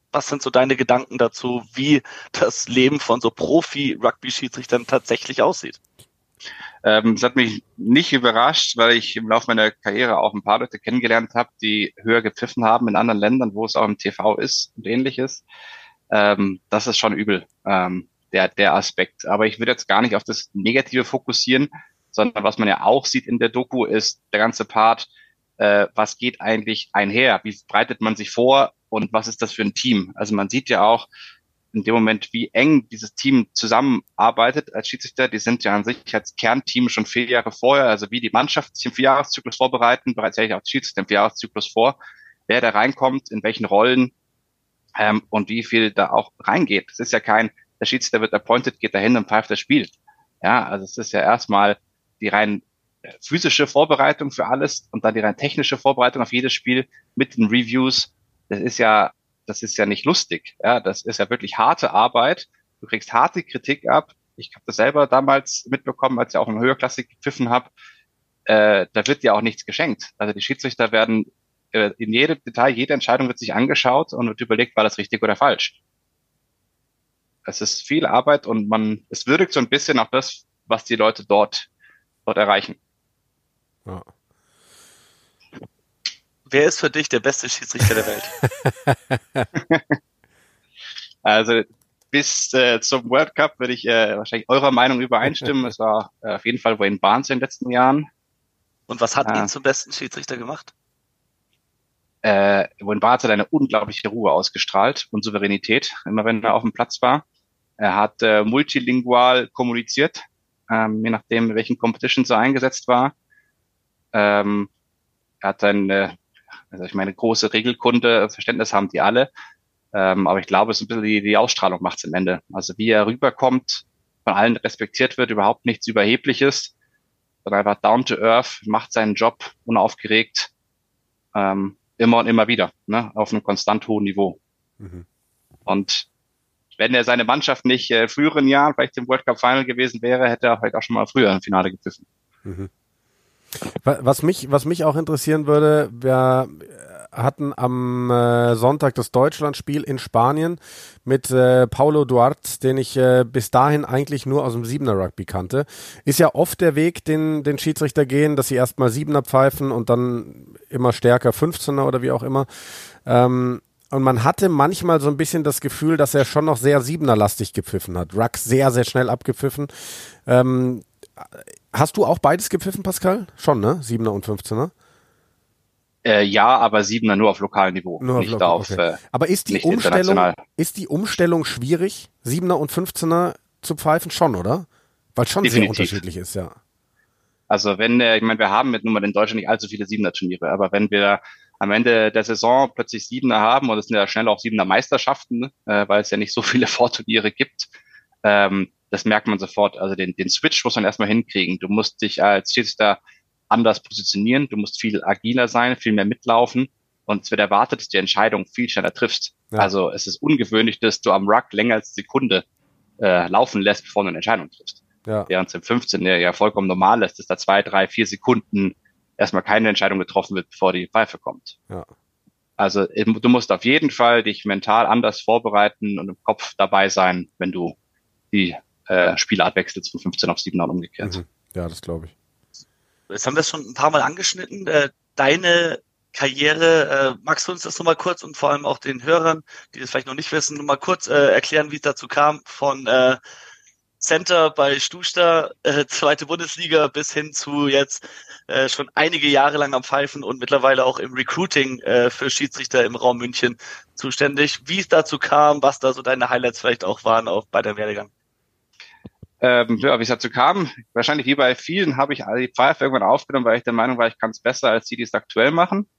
S3: Was sind so deine Gedanken dazu, wie das Leben von so Profi-Rugby-Schiedsrichtern tatsächlich aussieht?
S4: Ähm, es hat mich nicht überrascht, weil ich im Laufe meiner Karriere auch ein paar Leute kennengelernt habe, die höher gepfiffen haben in anderen Ländern, wo es auch im T V ist und ähnliches. Ähm, das ist schon übel, ähm, der, der Aspekt. Aber ich würde jetzt gar nicht auf das Negative fokussieren, sondern was man ja auch sieht in der Doku ist der ganze Part, äh, was geht eigentlich einher? Wie bereitet man sich vor und was ist das für ein Team? Also man sieht ja auch in dem Moment, wie eng dieses Team zusammenarbeitet als Schiedsrichter. Die sind ja an sich als Kernteam schon vier Jahre vorher, also wie die Mannschaft sich im Vierjahreszyklus vorbereiten, bereits hätte ich auch Schiedsrichter im Vierjahreszyklus vor, wer da reinkommt, in welchen Rollen ähm, und wie viel da auch reingeht. Das ist ja kein, der Schiedsrichter wird appointed, geht dahin und pfeift das Spiel. Ja, also es ist ja erstmal die rein physische Vorbereitung für alles und dann die rein technische Vorbereitung auf jedes Spiel mit den Reviews. Das ist ja Das ist ja nicht lustig. Ja, das ist ja wirklich harte Arbeit. Du kriegst harte Kritik ab. Ich habe das selber damals mitbekommen, als ich auch im Höherklassik gepfiffen habe. Äh, da wird dir auch nichts geschenkt. Also die Schiedsrichter werden äh, in jedem Detail, jede Entscheidung wird sich angeschaut und wird überlegt, war das richtig oder falsch. Es ist viel Arbeit und man, es würdigt so ein bisschen auch das, was die Leute dort, dort erreichen.
S1: Ja.
S3: Wer ist für dich der beste Schiedsrichter der Welt?
S4: Also bis äh, zum World Cup würde ich äh, wahrscheinlich eurer Meinung übereinstimmen. Es war äh, auf jeden Fall Wayne Barnes in den letzten Jahren.
S3: Und was hat
S4: äh,
S3: ihn zum besten Schiedsrichter gemacht?
S4: Äh, Wayne Barnes hat eine unglaubliche Ruhe ausgestrahlt und Souveränität, immer wenn er auf dem Platz war. Er hat äh, multilingual kommuniziert, ähm, je nachdem, in welchen Competitions er eingesetzt war. Ähm, er hat eine Also ich meine, große Regelkunde, Verständnis haben die alle. Ähm, aber ich glaube, es ist ein bisschen die, die Ausstrahlung macht's am Ende. Also wie er rüberkommt, von allen respektiert wird, überhaupt nichts Überhebliches, sondern einfach down to earth, macht seinen Job unaufgeregt, ähm, immer und immer wieder, ne, auf einem konstant hohen Niveau. Mhm. Und wenn er seine Mannschaft nicht äh, früheren Jahren vielleicht im World Cup Final gewesen wäre, hätte er vielleicht auch schon mal früher im Finale gepfiffen.
S1: Mhm. Was mich, was mich auch interessieren würde, wir hatten am äh, Sonntag das Deutschlandspiel in Spanien mit äh, Paulo Duarte, den ich äh, bis dahin eigentlich nur aus dem Siebener Rugby kannte. Ist ja oft der Weg, den, den Schiedsrichter gehen, dass sie erstmal Siebener pfeifen und dann immer stärker fünfzehner oder wie auch immer. Ähm, und man hatte manchmal so ein bisschen das Gefühl, dass er schon noch sehr Siebener-lastig gepfiffen hat. Ruck sehr, sehr schnell abgepfiffen. Ähm, Hast du auch beides gepfiffen, Pascal? Schon, ne? Siebener und fünfzehner?
S4: Äh, ja, aber Siebener nur auf lokalem Niveau,
S1: nur
S4: nicht
S1: auf,
S4: auf
S1: okay.
S4: äh,
S1: Aber ist die Umstellung, ist die Umstellung schwierig, Siebener und fünfzehner zu pfeifen? Schon, oder? Weil es schon
S4: Definitiv.
S1: sehr unterschiedlich ist, ja.
S4: Also wenn, äh, ich meine, wir haben mit Nummer in Deutschland nicht allzu viele Siebener-Turniere, aber wenn wir am Ende der Saison plötzlich Siebener haben, und es sind ja schnell auch Siebener Meisterschaften, äh, weil es ja nicht so viele Vorturniere gibt, ähm, das merkt man sofort. Also den, den Switch muss man erstmal hinkriegen. Du musst dich als Schiedsrichter anders positionieren, du musst viel agiler sein, viel mehr mitlaufen und es wird erwartet, dass du die Entscheidung viel schneller triffst. Ja. Also es ist ungewöhnlich, dass du am Ruck länger als eine Sekunde äh, laufen lässt, bevor du eine Entscheidung triffst. Ja. Während es im fünfzehn ja, ja vollkommen normal ist, dass da zwei, drei, vier Sekunden erstmal keine Entscheidung getroffen wird, bevor die Pfeife kommt. Ja. Also du musst auf jeden Fall dich mental anders vorbereiten und im Kopf dabei sein, wenn du die äh, Spielart wechselst von fünfzehn auf sieben und umgekehrt.
S1: Mhm. Ja, das glaube ich.
S3: Jetzt haben wir es schon ein paar Mal angeschnitten. Äh, deine Karriere, äh, magst du uns das nochmal kurz und vor allem auch den Hörern, die das vielleicht noch nicht wissen, nochmal kurz äh, erklären, wie es dazu kam, von äh, Center bei Stuster, äh, zweite Bundesliga, bis hin zu jetzt äh, schon einige Jahre lang am Pfeifen und mittlerweile auch im Recruiting äh, für Schiedsrichter im Raum München zuständig. Wie es dazu kam, was da so deine Highlights vielleicht auch waren auch bei deinem Werdegang?
S4: Ähm, ja, wie es dazu kam, wahrscheinlich wie bei vielen habe ich die Pfeife irgendwann aufgenommen, weil ich der Meinung war, ich kann es besser als die, die es aktuell machen.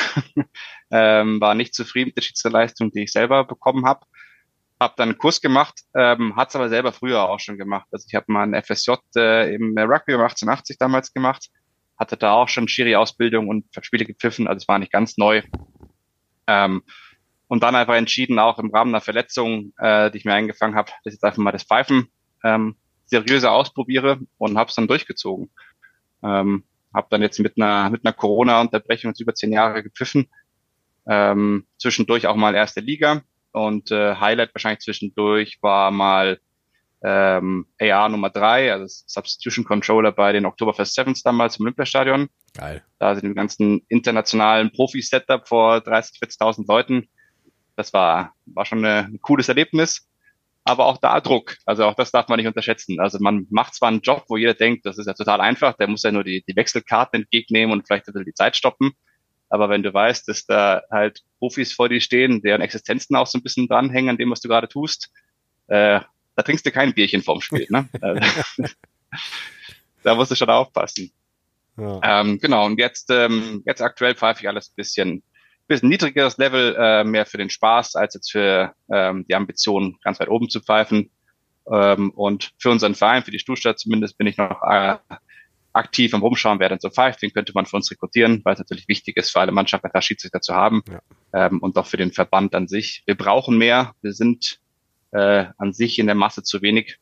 S4: ähm, war nicht zufrieden mit der Schiedsrichterleistung, die ich selber bekommen habe. Habe dann einen Kurs gemacht, ähm, hat es aber selber früher auch schon gemacht. Also ich habe mal ein F S J äh, im Rugby um achtzehnhundertachtzig damals gemacht, hatte da auch schon Schiri-Ausbildung und Spiele gepfiffen, also es war nicht ganz neu. Ähm, und dann einfach entschieden, auch im Rahmen einer Verletzung, äh, die ich mir eingefangen habe, dass ich jetzt einfach mal das Pfeifen ähm, seriöser ausprobiere und habe es dann durchgezogen. Ähm, habe dann jetzt mit einer mit einer Corona-Unterbrechung über zehn Jahre gepfiffen, ähm, zwischendurch auch mal erste Liga Und äh, Highlight wahrscheinlich zwischendurch war mal ähm, A R Nummer drei, also Substitution Controller bei den Oktoberfest Sevens damals im Olympiastadion.
S1: Geil.
S4: Da sind die ganzen internationalen Profi-Setup vor dreißig, vierzigtausend Leuten. Das war, war schon eine, ein cooles Erlebnis. Aber auch da Druck. Also auch das darf man nicht unterschätzen. Also man macht zwar einen Job, wo jeder denkt, das ist ja total einfach, der muss ja nur die, die Wechselkarten entgegennehmen und vielleicht ein bisschen die Zeit stoppen. Aber wenn du weißt, dass da halt Profis vor dir stehen, deren Existenzen auch so ein bisschen dranhängen an dem, was du gerade tust, äh, da trinkst du kein Bierchen vorm Spiel, ne? Da musst du schon aufpassen. Ja. Ähm, genau, und jetzt, ähm, jetzt aktuell pfeife ich alles ein bisschen, bisschen niedrigeres Level, äh, mehr für den Spaß, als jetzt für ähm, die Ambition, ganz weit oben zu pfeifen. Ähm, und für unseren Verein, für die Stuttgart zumindest, bin ich noch äh, aktiv am Rumschauen, wer denn so pfeift. Den könnte man für uns rekrutieren, weil es natürlich wichtig ist, für alle Mannschaften ein Schiedsrichter zu haben. Ja. Ähm, und auch für den Verband an sich. Wir brauchen mehr. Wir sind äh, an sich in der Masse zu wenig.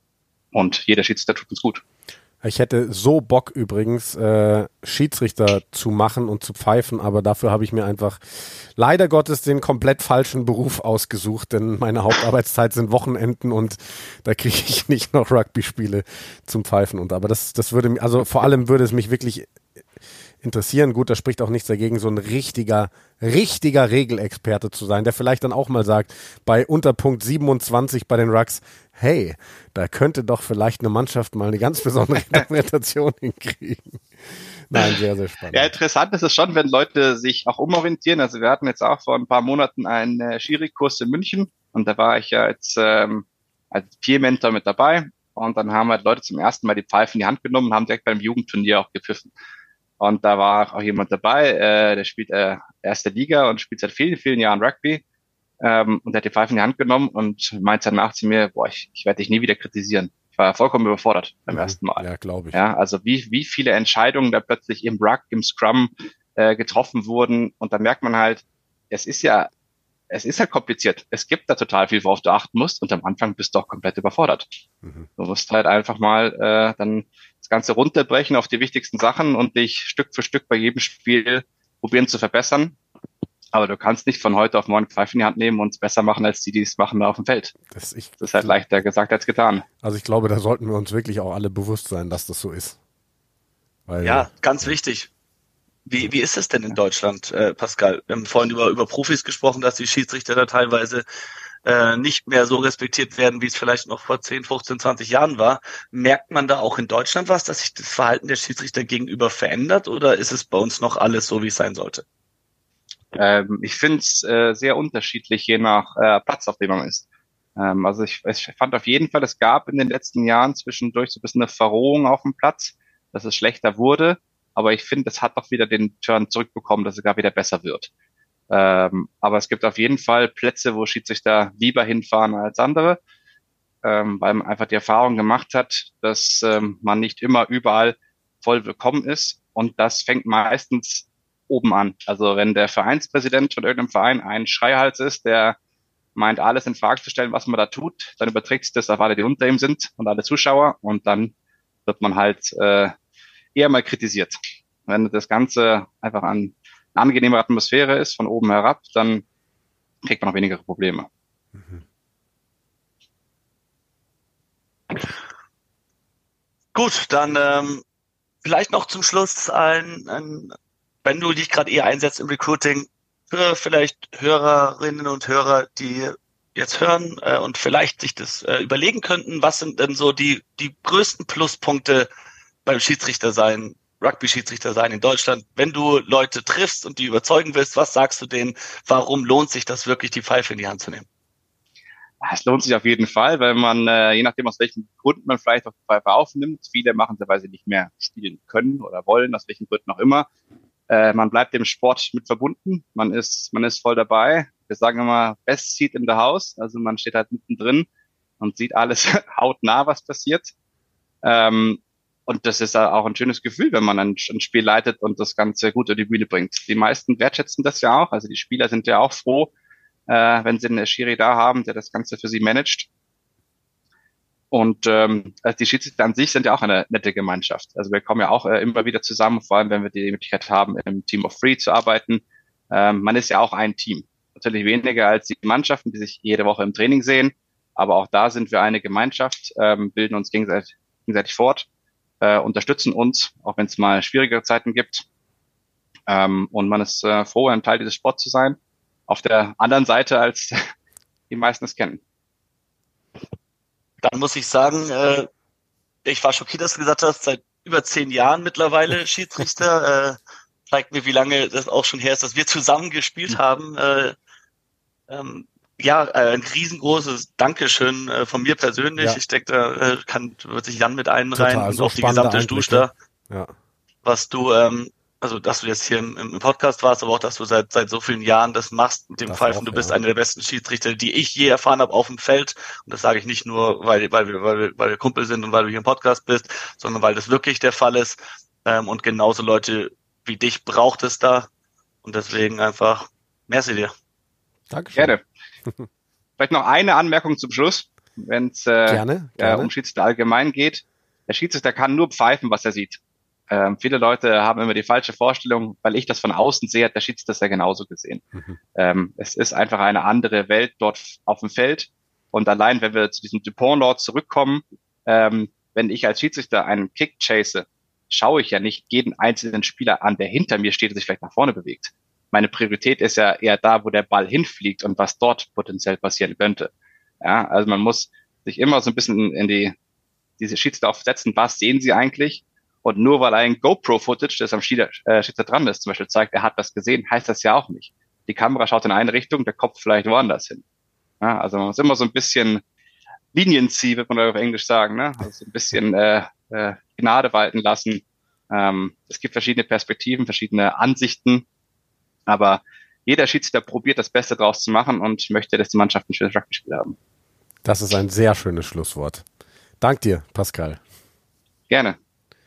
S4: Und jeder Schiedsrichter tut uns gut.
S1: Ich hätte so Bock übrigens, äh, Schiedsrichter zu machen und zu pfeifen, aber dafür habe ich mir einfach leider Gottes den komplett falschen Beruf ausgesucht, denn meine Hauptarbeitszeit sind Wochenenden und da kriege ich nicht noch Rugby-Spiele zum Pfeifen. Und aber das, das würde mir, also vor allem würde es mich wirklich interessieren. Gut, da spricht auch nichts dagegen, so ein richtiger, richtiger Regelexperte zu sein, der vielleicht dann auch mal sagt, bei Unterpunkt siebenundzwanzig bei den Rucks, hey, da könnte doch vielleicht eine Mannschaft mal eine ganz besondere Interpretation hinkriegen. Nein, sehr, sehr spannend.
S4: Ja, interessant ist es schon, wenn Leute sich auch umorientieren. Also wir hatten jetzt auch vor ein paar Monaten einen äh, Schiri-Kurs in München und da war ich ja jetzt ähm, als Peer-Mentor mit dabei und dann haben halt Leute zum ersten Mal die Pfeife in die Hand genommen und haben direkt beim Jugendturnier auch gepfiffen. Und da war auch jemand dabei, äh, der spielt äh, erste Liga und spielt seit vielen, vielen Jahren Rugby. Ähm, und der hat die Pfeife in die Hand genommen und meinte danach zu mir, boah, ich, ich werde dich nie wieder kritisieren. Ich war vollkommen überfordert beim mhm. ersten Mal.
S1: Ja, glaube ich.
S4: Ja, also wie, wie viele Entscheidungen da plötzlich im Ruck, im Scrum äh, getroffen wurden. Und da merkt man halt, es ist ja, es ist halt kompliziert. Es gibt da total viel, worauf du achten musst. Und am Anfang bist du auch komplett überfordert. Mhm. Du musst halt einfach mal äh, dann das Ganze runterbrechen auf die wichtigsten Sachen und dich Stück für Stück bei jedem Spiel probieren zu verbessern. Aber du kannst nicht von heute auf morgen Pfeife in die Hand nehmen und es besser machen, als die, die es machen auf dem Feld. Das, ich, das ist halt leichter gesagt als getan.
S1: Also ich glaube, da sollten wir uns wirklich auch alle bewusst sein, dass das so ist.
S3: Weil, ja, ganz wichtig. Wie, wie ist es denn in Deutschland, äh, Pascal? Wir haben vorhin über, über Profis gesprochen, dass die Schiedsrichter da teilweise äh, nicht mehr so respektiert werden, wie es vielleicht noch vor zehn, fünfzehn, zwanzig Jahren war. Merkt man da auch in Deutschland was, dass sich das Verhalten der Schiedsrichter gegenüber verändert oder ist es bei uns noch alles so, wie es sein sollte?
S4: Ähm, ich finde es äh, sehr unterschiedlich, je nach äh, Platz, auf dem man ist. Ähm, also ich, ich fand auf jeden Fall, es gab in den letzten Jahren zwischendurch so ein bisschen eine Verrohung auf dem Platz, dass es schlechter wurde. Aber ich finde, es hat doch wieder den Turn zurückbekommen, dass es gar wieder besser wird. Ähm, aber es gibt auf jeden Fall Plätze, wo Schiedsrichter lieber hinfahren als andere, ähm, weil man einfach die Erfahrung gemacht hat, dass ähm, man nicht immer überall voll willkommen ist. Und das fängt meistens oben an. Also wenn der Vereinspräsident von irgendeinem Verein ein Schreihals ist, der meint, alles in Frage zu stellen, was man da tut, dann überträgt sich das auf alle, die unter ihm sind und alle Zuschauer und dann wird man halt äh, eher mal kritisiert. Wenn das Ganze einfach an eine angenehme Atmosphäre ist, von oben herab, dann kriegt man auch weniger Probleme. Mhm.
S3: Gut, dann ähm, vielleicht noch zum Schluss ein, ein wenn du dich gerade eher einsetzt im Recruiting, für vielleicht Hörerinnen und Hörer, die jetzt hören äh, und vielleicht sich das äh, überlegen könnten, was sind denn so die die größten Pluspunkte beim Schiedsrichter sein, Rugby-Schiedsrichter sein in Deutschland, wenn du Leute triffst und die überzeugen willst, was sagst du denen, warum lohnt sich das wirklich, die Pfeife in die Hand zu nehmen?
S4: Es lohnt sich auf jeden Fall, weil man, äh, je nachdem aus welchen Gründen man vielleicht auch die Pfeife aufnimmt, viele machen sie, weil sie nicht mehr spielen können oder wollen, aus welchen Gründen auch immer. Äh, man bleibt dem Sport mit verbunden, man ist man ist voll dabei. Wir sagen immer, best seat in the house, also man steht halt mittendrin und sieht alles hautnah, was passiert. Ähm, und das ist auch ein schönes Gefühl, wenn man ein, ein Spiel leitet und das Ganze gut über die Bühne bringt. Die meisten wertschätzen das ja auch, also die Spieler sind ja auch froh, äh, wenn sie einen Schiri da haben, der das Ganze für sie managt. Und ähm, also die Schiedsrichter an sich sind ja auch eine nette Gemeinschaft. Also wir kommen ja auch äh, immer wieder zusammen, vor allem wenn wir die Möglichkeit haben, im Team of Three zu arbeiten. Ähm, man ist ja auch ein Team. natürlich weniger als die Mannschaften, die sich jede Woche im Training sehen. Aber auch da sind wir eine Gemeinschaft, ähm, bilden uns gegenseitig, gegenseitig fort, äh, unterstützen uns, auch wenn es mal schwierigere Zeiten gibt. Ähm, und man ist äh, froh, ein Teil dieses Sports zu sein. Auf der anderen Seite, als die meisten es kennen.
S3: Dann muss ich sagen, äh, ich war schockiert, dass du gesagt hast, seit über zehn Jahren mittlerweile Schiedsrichter. Äh, zeigt mir, wie lange das auch schon her ist, dass wir zusammen gespielt haben. Äh, ähm, ja, äh, ein riesengroßes Dankeschön äh, von mir persönlich.
S1: Ja.
S3: Ich denke, da äh, kann wird sich Jan mit einreihen
S1: Total,
S3: und
S1: so
S3: auch die
S1: spannende
S3: gesamte
S1: Einblicke.
S3: Stuster,
S1: Ja.
S3: was du, ähm, also dass du jetzt hier im, im Podcast warst, aber auch, dass du seit seit so vielen Jahren das machst mit dem
S1: Das
S3: Pfeifen.
S1: auch,
S3: Du bist
S1: ja.
S3: einer der besten Schiedsrichter, die ich je erfahren habe auf dem Feld. Und das sage ich nicht nur, weil weil wir weil wir, weil wir Kumpel sind und weil du hier im Podcast bist, sondern weil das wirklich der Fall ist. Ähm, und genauso Leute wie dich braucht es da. Und deswegen einfach, merci dir.
S1: Dankeschön.
S4: Gerne. Vielleicht noch eine Anmerkung zum Schluss, wenn es äh,
S1: Gerne,
S4: äh,
S1: gerne.
S4: um Schiedsrichter allgemein geht. Der Schiedsrichter kann nur pfeifen, was er sieht. Ähm, viele Leute haben immer die falsche Vorstellung, weil ich das von außen sehe, hat der Schiedsrichter das ja genauso gesehen.
S1: Mhm.
S4: Ähm, es ist einfach eine andere Welt dort auf dem Feld. Und allein, wenn wir zu diesem Dupont-Law zurückkommen, ähm, wenn ich als Schiedsrichter einen Kick chase, schaue ich ja nicht jeden einzelnen Spieler an, der hinter mir steht und sich vielleicht nach vorne bewegt. Meine Priorität ist ja eher da, wo der Ball hinfliegt und was dort potenziell passieren könnte. Ja, also man muss sich immer so ein bisschen in die, diese Schiedsrichter aufsetzen, was sehen sie eigentlich? Und nur weil ein GoPro-Footage, das am Schiedsrichter äh, dran ist, zum Beispiel zeigt, er hat das gesehen, heißt das ja auch nicht. Die Kamera schaut in eine Richtung, der Kopf vielleicht woanders hin. Ja, also man muss immer so ein bisschen Leniency, wird man auf Englisch sagen, ne? Also ein bisschen äh, äh, Gnade walten lassen. Ähm, es gibt verschiedene Perspektiven, verschiedene Ansichten, aber jeder Schiedsrichter probiert das Beste draus zu machen und möchte, dass die Mannschaft ein schönes Rugby-Spiel haben.
S1: Das ist ein sehr schönes Schlusswort. Dank dir, Pascal.
S4: Gerne.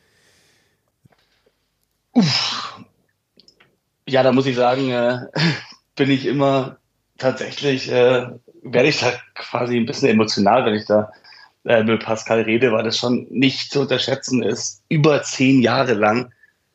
S2: Uff. Ja, da muss ich sagen, äh, bin ich immer tatsächlich, äh, werde ich da quasi ein bisschen emotional, wenn ich da äh, mit Pascal rede, weil das schon nicht zu unterschätzen ist, über zehn Jahre lang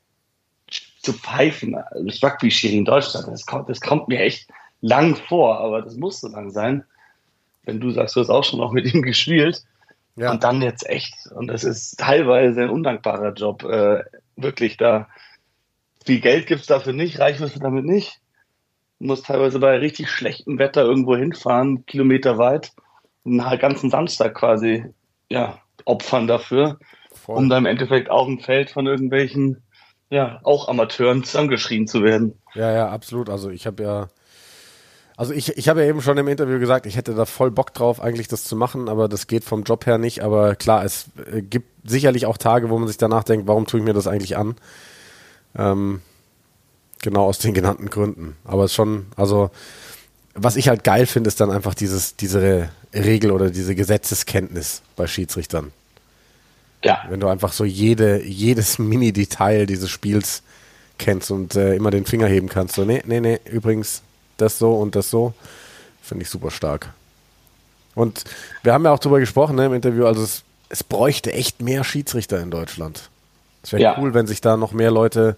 S2: zu pfeifen. Das Rugby-Schiri in Deutschland, das kommt, das kommt mir echt lang vor, aber das muss so lang sein. Wenn du sagst, du hast auch schon noch mit ihm gespielt.
S1: Ja.
S2: Und dann jetzt echt, und das ist teilweise ein undankbarer Job, äh, wirklich da. Viel Geld gibt's dafür nicht, reich wirst du damit nicht. Du musst teilweise bei richtig schlechtem Wetter irgendwo hinfahren, Kilometer weit, einen ganzen Samstag quasi ja, opfern dafür,
S1: Voll.
S2: um dann im Endeffekt auf dem Feld von irgendwelchen, ja, auch Amateuren zusammengeschrien zu werden.
S1: Ja, ja, absolut. Also ich habe ja, also ich, ich habe ja eben schon im Interview gesagt, ich hätte da voll Bock drauf, eigentlich das zu machen, aber das geht vom Job her nicht. Aber klar, es äh, gibt sicherlich auch Tage, wo man sich danach denkt, warum tue ich mir das eigentlich an? Ähm, genau aus den genannten Gründen. Aber es ist schon, also was ich halt geil finde, ist dann einfach dieses, diese Regel oder diese Gesetzeskenntnis bei Schiedsrichtern.
S2: Ja.
S1: Wenn du einfach so jede, jedes Mini-Detail dieses Spiels kennst und äh, immer den Finger heben kannst. So, nee, nee, nee, übrigens das so und das so, finde ich super stark. Und wir haben ja auch drüber gesprochen, ne, im Interview, also es, es bräuchte echt mehr Schiedsrichter in Deutschland. Es wäre
S2: Ja.
S1: cool, wenn sich da noch mehr Leute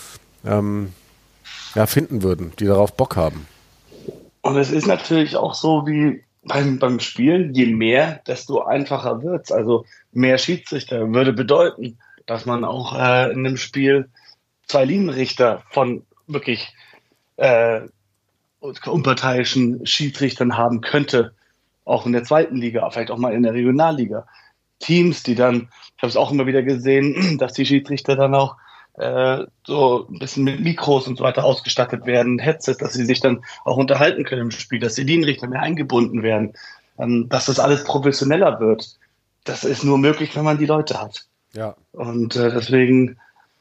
S1: ähm, ja, finden würden, die darauf Bock haben.
S2: Und es ist natürlich auch so wie beim, beim Spielen, je mehr, desto einfacher wird's. Also mehr Schiedsrichter würde bedeuten, dass man auch äh, in einem Spiel zwei Linienrichter von wirklich äh, unparteiischen Schiedsrichtern haben könnte. Auch in der zweiten Liga, vielleicht auch mal in der Regionalliga. Teams, die dann, ich habe es auch immer wieder gesehen, dass die Schiedsrichter dann auch äh, so ein bisschen mit Mikros und so weiter ausgestattet werden, Headsets, dass sie sich dann auch unterhalten können im Spiel, dass die Linienrichter mehr eingebunden werden, ähm, dass das alles professioneller wird. Das ist nur möglich, wenn man die Leute hat.
S1: Ja.
S2: Und äh, deswegen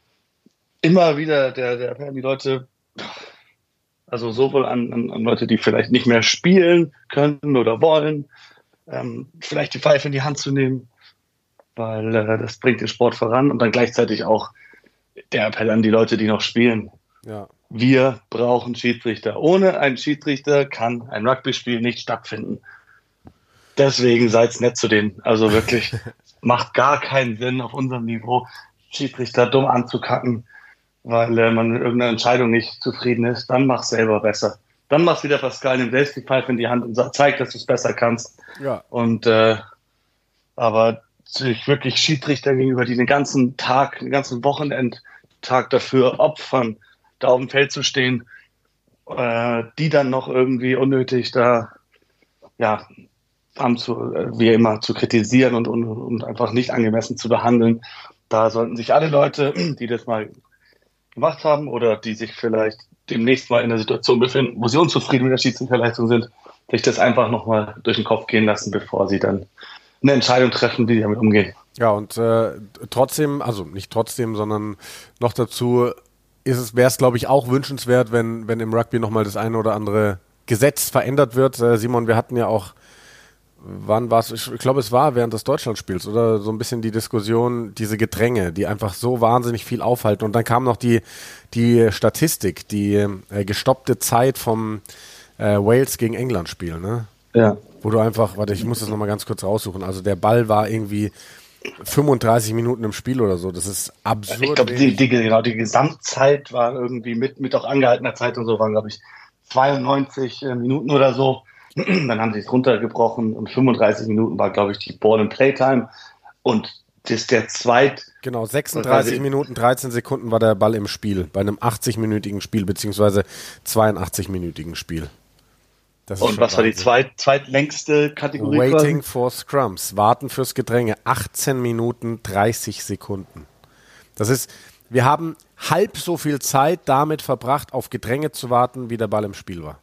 S2: immer wieder der, der Appell an die Leute, also sowohl an, an, an Leute, die vielleicht nicht mehr spielen können oder wollen, ähm, vielleicht die Pfeife in die Hand zu nehmen, weil äh, das bringt den Sport voran, und dann gleichzeitig auch der Appell an die Leute, die noch spielen.
S1: Ja.
S2: Wir brauchen Schiedsrichter. Ohne einen Schiedsrichter kann ein Rugby-Spiel nicht stattfinden. Deswegen seid's nett zu denen. Also wirklich, macht gar keinen Sinn auf unserem Niveau, Schiedsrichter dumm anzukacken, weil äh, man mit irgendeiner Entscheidung nicht zufrieden ist. Dann mach's selber besser. Dann machst du wieder Pascal, nimm selbst die Pfeife in die Hand und sag, zeig, dass du es besser kannst.
S1: Ja.
S2: Und äh, aber sich wirklich Schiedsrichter gegenüber, die den ganzen Tag, den ganzen Wochenendtag dafür opfern, da auf dem Feld zu stehen, äh, die dann noch irgendwie unnötig da, ja, haben zu, äh, wie immer, zu kritisieren und, und, und einfach nicht angemessen zu behandeln. Da sollten sich alle Leute, die das mal gemacht haben oder die sich vielleicht demnächst mal in einer Situation befinden, wo sie unzufrieden mit der Schiedsrichterleistung sind, sich das einfach nochmal durch den Kopf gehen lassen, bevor sie dann eine Entscheidung treffen, wie sie damit umgehen.
S1: Ja, und äh, trotzdem, also nicht trotzdem, sondern noch dazu ist es, wäre es, glaube ich, auch wünschenswert, wenn, wenn im Rugby nochmal das eine oder andere Gesetz verändert wird. Äh, Simon, wir hatten ja auch, wann war es, ich glaube, es war während des Deutschlandspiels, oder so ein bisschen die Diskussion, diese Gedränge, die einfach so wahnsinnig viel aufhalten. Und dann kam noch die, die Statistik, die äh, gestoppte Zeit vom äh, Wales gegen England-Spiel, ne?
S2: Ja.
S1: Wo du einfach, warte, ich muss das nochmal ganz kurz raussuchen. Also der Ball war irgendwie fünfunddreißig Minuten im Spiel oder so. Das ist absurd.
S2: Ich glaube, die, die, genau, die Gesamtzeit war irgendwie mit, mit auch angehaltener Zeit und so, waren, glaube ich, zweiundneunzig Minuten oder so. Dann haben sie es runtergebrochen und fünfunddreißig Minuten war, glaube ich, die Ball and Playtime. Und das ist der zweit...
S1: Genau, sechsunddreißig Minuten, dreizehn Sekunden war der Ball im Spiel. Bei einem achtzig-minütigen Spiel, beziehungsweise zweiundachtzig-minütigen Spiel.
S2: Das und was war die zweit, zweitlängste Kategorie?
S1: Waiting quasi? For Scrums. Warten fürs Gedränge. achtzehn Minuten, dreißig Sekunden. Das ist, wir haben halb so viel Zeit damit verbracht, auf Gedränge zu warten, wie der Ball im Spiel war.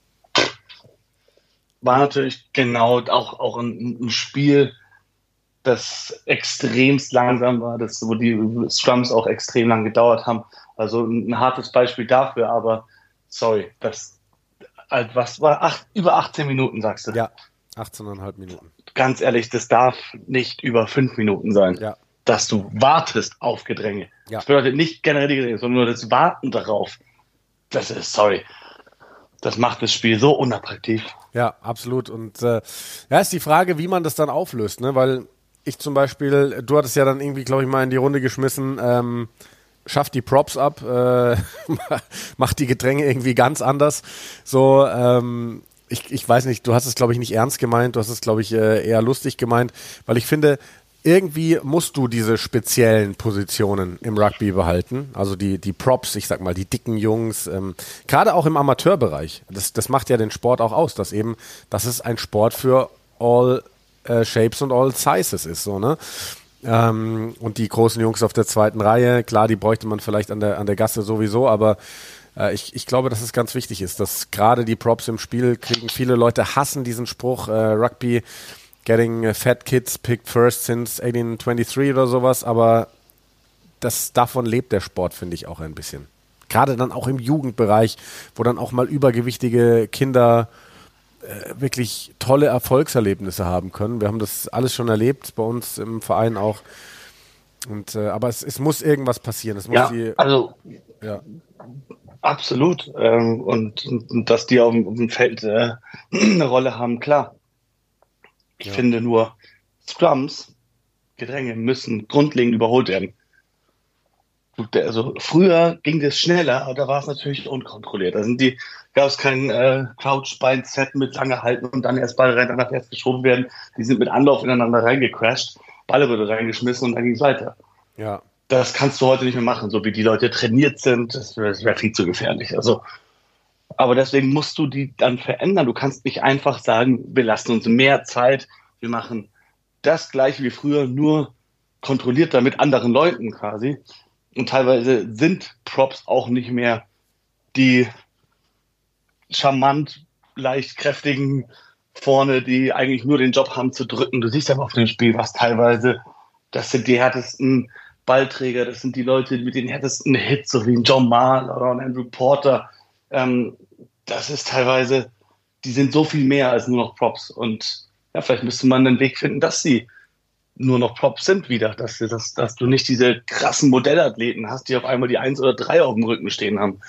S2: War natürlich genau auch, auch ein, ein Spiel, das extremst langsam war, das, wo die Scrums auch extrem lang gedauert haben. Also ein hartes Beispiel dafür, aber sorry, das was war acht, über achtzehn Minuten, sagst du?
S1: Ja, achtzehn Komma fünf Minuten.
S2: Ganz ehrlich, das darf nicht über fünf Minuten sein,
S1: ja.
S2: Dass du wartest auf Gedränge.
S1: Ja.
S2: Das bedeutet nicht generell die Gedränge, sondern nur das Warten darauf. Das ist, sorry, das macht das Spiel so unattraktiv.
S1: Ja, absolut. Und äh, ja, ist die Frage, wie man das dann auflöst, ne? Weil ich zum Beispiel, du hattest ja dann irgendwie, glaube ich, mal in die Runde geschmissen, ähm, schafft die Props ab, äh, macht die Gedränge irgendwie ganz anders. So, ähm, ich, ich weiß nicht, du hast es, glaube ich, nicht ernst gemeint, du hast es, glaube ich, äh, eher lustig gemeint, weil ich finde, irgendwie musst du diese speziellen Positionen im Rugby behalten, also die, die Props, ich sag mal, die dicken Jungs, ähm, gerade auch im Amateurbereich. Das, das macht ja den Sport auch aus, dass eben, dass es ein Sport für all äh, Shapes und all Sizes ist, so, ne? Ähm, und die großen Jungs auf der zweiten Reihe, klar, die bräuchte man vielleicht an der, an der Gasse sowieso, aber äh, ich, ich glaube, dass es ganz wichtig ist, dass gerade die Props im Spiel kriegen. Viele Leute hassen diesen Spruch, äh, Rugby getting fat kids picked first since eighteen twenty-three oder sowas, aber das, davon lebt der Sport, finde ich, auch ein bisschen. Gerade dann auch im Jugendbereich, wo dann auch mal übergewichtige Kinder äh, wirklich tolle Erfolgserlebnisse haben können. Wir haben das alles schon erlebt, bei uns im Verein auch. Und, äh, aber es, es muss irgendwas passieren. Es muss
S2: ja,
S1: die,
S2: also
S1: ja.
S2: Absolut. Ähm, und, und dass die auf dem, auf dem Feld äh, eine Rolle haben, klar. Ich ja. finde nur, Scrums, Gedränge müssen grundlegend überholt werden. Also früher ging das schneller, aber da war es natürlich unkontrolliert. Da sind die, gab es kein äh, Crouch-Bein-Set mit lange halten und dann erst Ball rein, danach erst geschoben werden. Die sind mit Anlauf ineinander reingecrashed, Ball wurde reingeschmissen und dann ging es weiter.
S1: Ja.
S2: Das kannst du heute nicht mehr machen, so wie die Leute trainiert sind. Das wäre wär viel zu gefährlich. Also, aber deswegen musst du die dann verändern. Du kannst nicht einfach sagen, wir lassen uns mehr Zeit, wir machen das Gleiche wie früher, nur kontrollierter mit anderen Leuten quasi. Und teilweise sind Props auch nicht mehr die charmant, leicht kräftigen vorne, die eigentlich nur den Job haben zu drücken. Du siehst aber auf dem Spiel, was teilweise, das sind die härtesten Ballträger, das sind die Leute mit den härtesten Hits, so wie ein John Maher oder ein Andrew Porter. Ähm, das ist teilweise, die sind so viel mehr als nur noch Props. Und ja, vielleicht müsste man einen Weg finden, dass sie nur noch Props sind wieder, dass, dass, dass du nicht diese krassen Modellathleten hast, die auf einmal die eins oder drei auf dem Rücken stehen haben.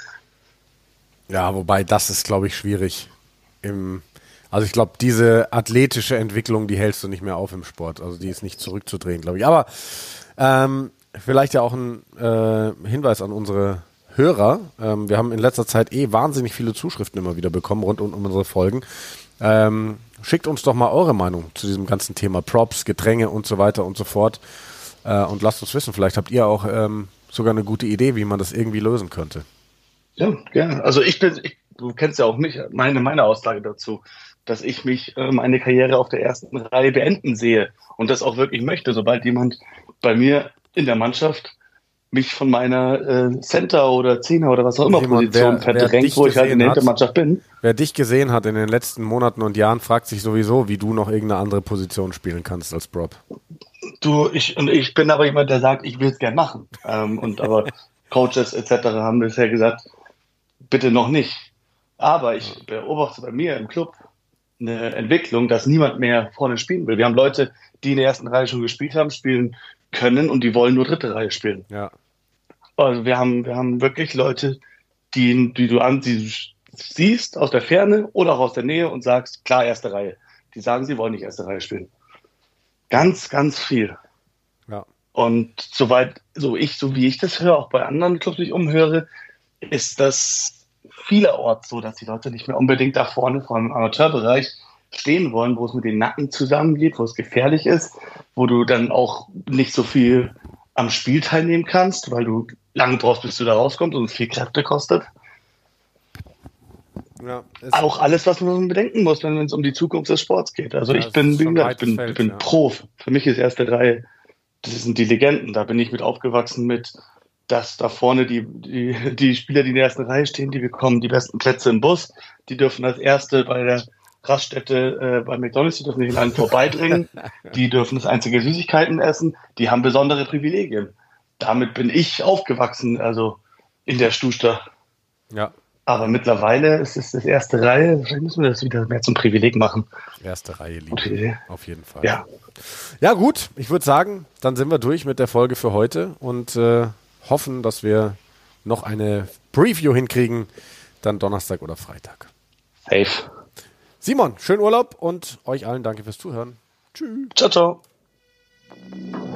S1: Ja, wobei das ist, glaube ich, schwierig. Im, also ich glaube, diese athletische Entwicklung, die hältst du nicht mehr auf im Sport. Also die ist nicht zurückzudrehen, glaube ich. Aber ähm, vielleicht ja auch ein äh, Hinweis an unsere Hörer. Ähm, wir haben in letzter Zeit eh wahnsinnig viele Zuschriften immer wieder bekommen rund um, um unsere Folgen. Ähm, schickt uns doch mal eure Meinung zu diesem ganzen Thema Props, Gedränge und so weiter und so fort. Äh, und lasst uns wissen, vielleicht habt ihr auch ähm, sogar eine gute Idee, wie man das irgendwie lösen könnte.
S2: Ja, gerne. Also ich bin, ich, du kennst ja auch mich, meine, meine Aussage dazu, dass ich mich äh, meine Karriere auf der ersten Reihe beenden sehe und das auch wirklich möchte, sobald jemand bei mir in der Mannschaft mich von meiner äh, Center- oder Zehner- oder was auch immer
S1: Simon,
S2: Position
S1: wer- wer
S2: verdrängt,
S1: dich
S2: wo ich halt in der
S1: gesehen hat-
S2: Hintermannschaft bin.
S1: Wer dich gesehen hat in den letzten Monaten und Jahren, fragt sich sowieso, wie du noch irgendeine andere Position spielen kannst als Prop.
S2: Du, ich, und ich bin aber jemand, der sagt, ich will es gern machen. Ähm, und aber Coaches et cetera haben bisher gesagt, bitte noch nicht. Aber ich beobachte bei mir im Club eine Entwicklung, dass niemand mehr vorne spielen will. Wir haben Leute, die in der ersten Reihe schon gespielt haben, spielen können und die wollen nur dritte Reihe spielen.
S1: Ja.
S2: Also wir haben, wir haben wirklich Leute, die, die du an, die du siehst aus der Ferne oder auch aus der Nähe und sagst, klar, erste Reihe. Die sagen, sie wollen nicht erste Reihe spielen. Ganz, ganz viel.
S1: Ja.
S2: Und soweit, so ich, so wie ich das höre, auch bei anderen Clubs, die ich umhöre, ist das vielerorts so, dass die Leute nicht mehr unbedingt da vorne, vor allem im Amateurbereich, stehen wollen, wo es mit den Nacken zusammengeht, wo es gefährlich ist, wo du dann auch nicht so viel am Spiel teilnehmen kannst, weil du lange brauchst, bis du da rauskommst und es viel Kräfte kostet.
S1: Ja,
S2: Auch alles, was man bedenken muss, wenn es um die Zukunft des Sports geht. Also
S1: Ja,
S2: ich
S1: es
S2: bin,
S1: ist
S2: wie
S1: schon
S2: gesagt, ich
S1: weites
S2: bin,
S1: Feld,
S2: ich bin
S1: ja.
S2: Pro. Für mich ist erste Reihe, das sind die Legenden. Da bin ich mit aufgewachsen mit, dass da vorne die, die, die Spieler, die in der ersten Reihe stehen, die bekommen die besten Plätze im Bus. Die dürfen als Erste bei der Raststätte äh, bei McDonald's, die dürfen nicht an einen vorbeidringen. Die dürfen das einzige Süßigkeiten essen. Die haben besondere Privilegien. Damit bin ich aufgewachsen, also in der Stuster.
S1: Ja,
S2: Aber mittlerweile ist es das erste Reihe. Vielleicht müssen wir das wieder mehr zum Privileg machen.
S1: erste Reihe lieben.
S2: Gute Idee.
S1: Auf jeden Fall.
S2: Ja.
S1: Ja gut, ich würde sagen, dann sind wir durch mit der Folge für heute und äh, hoffen, dass wir noch eine Preview hinkriegen, dann Donnerstag oder Freitag.
S2: Safe.
S1: Simon, schönen Urlaub und euch allen danke fürs Zuhören. Tschüss.
S2: Ciao, ciao.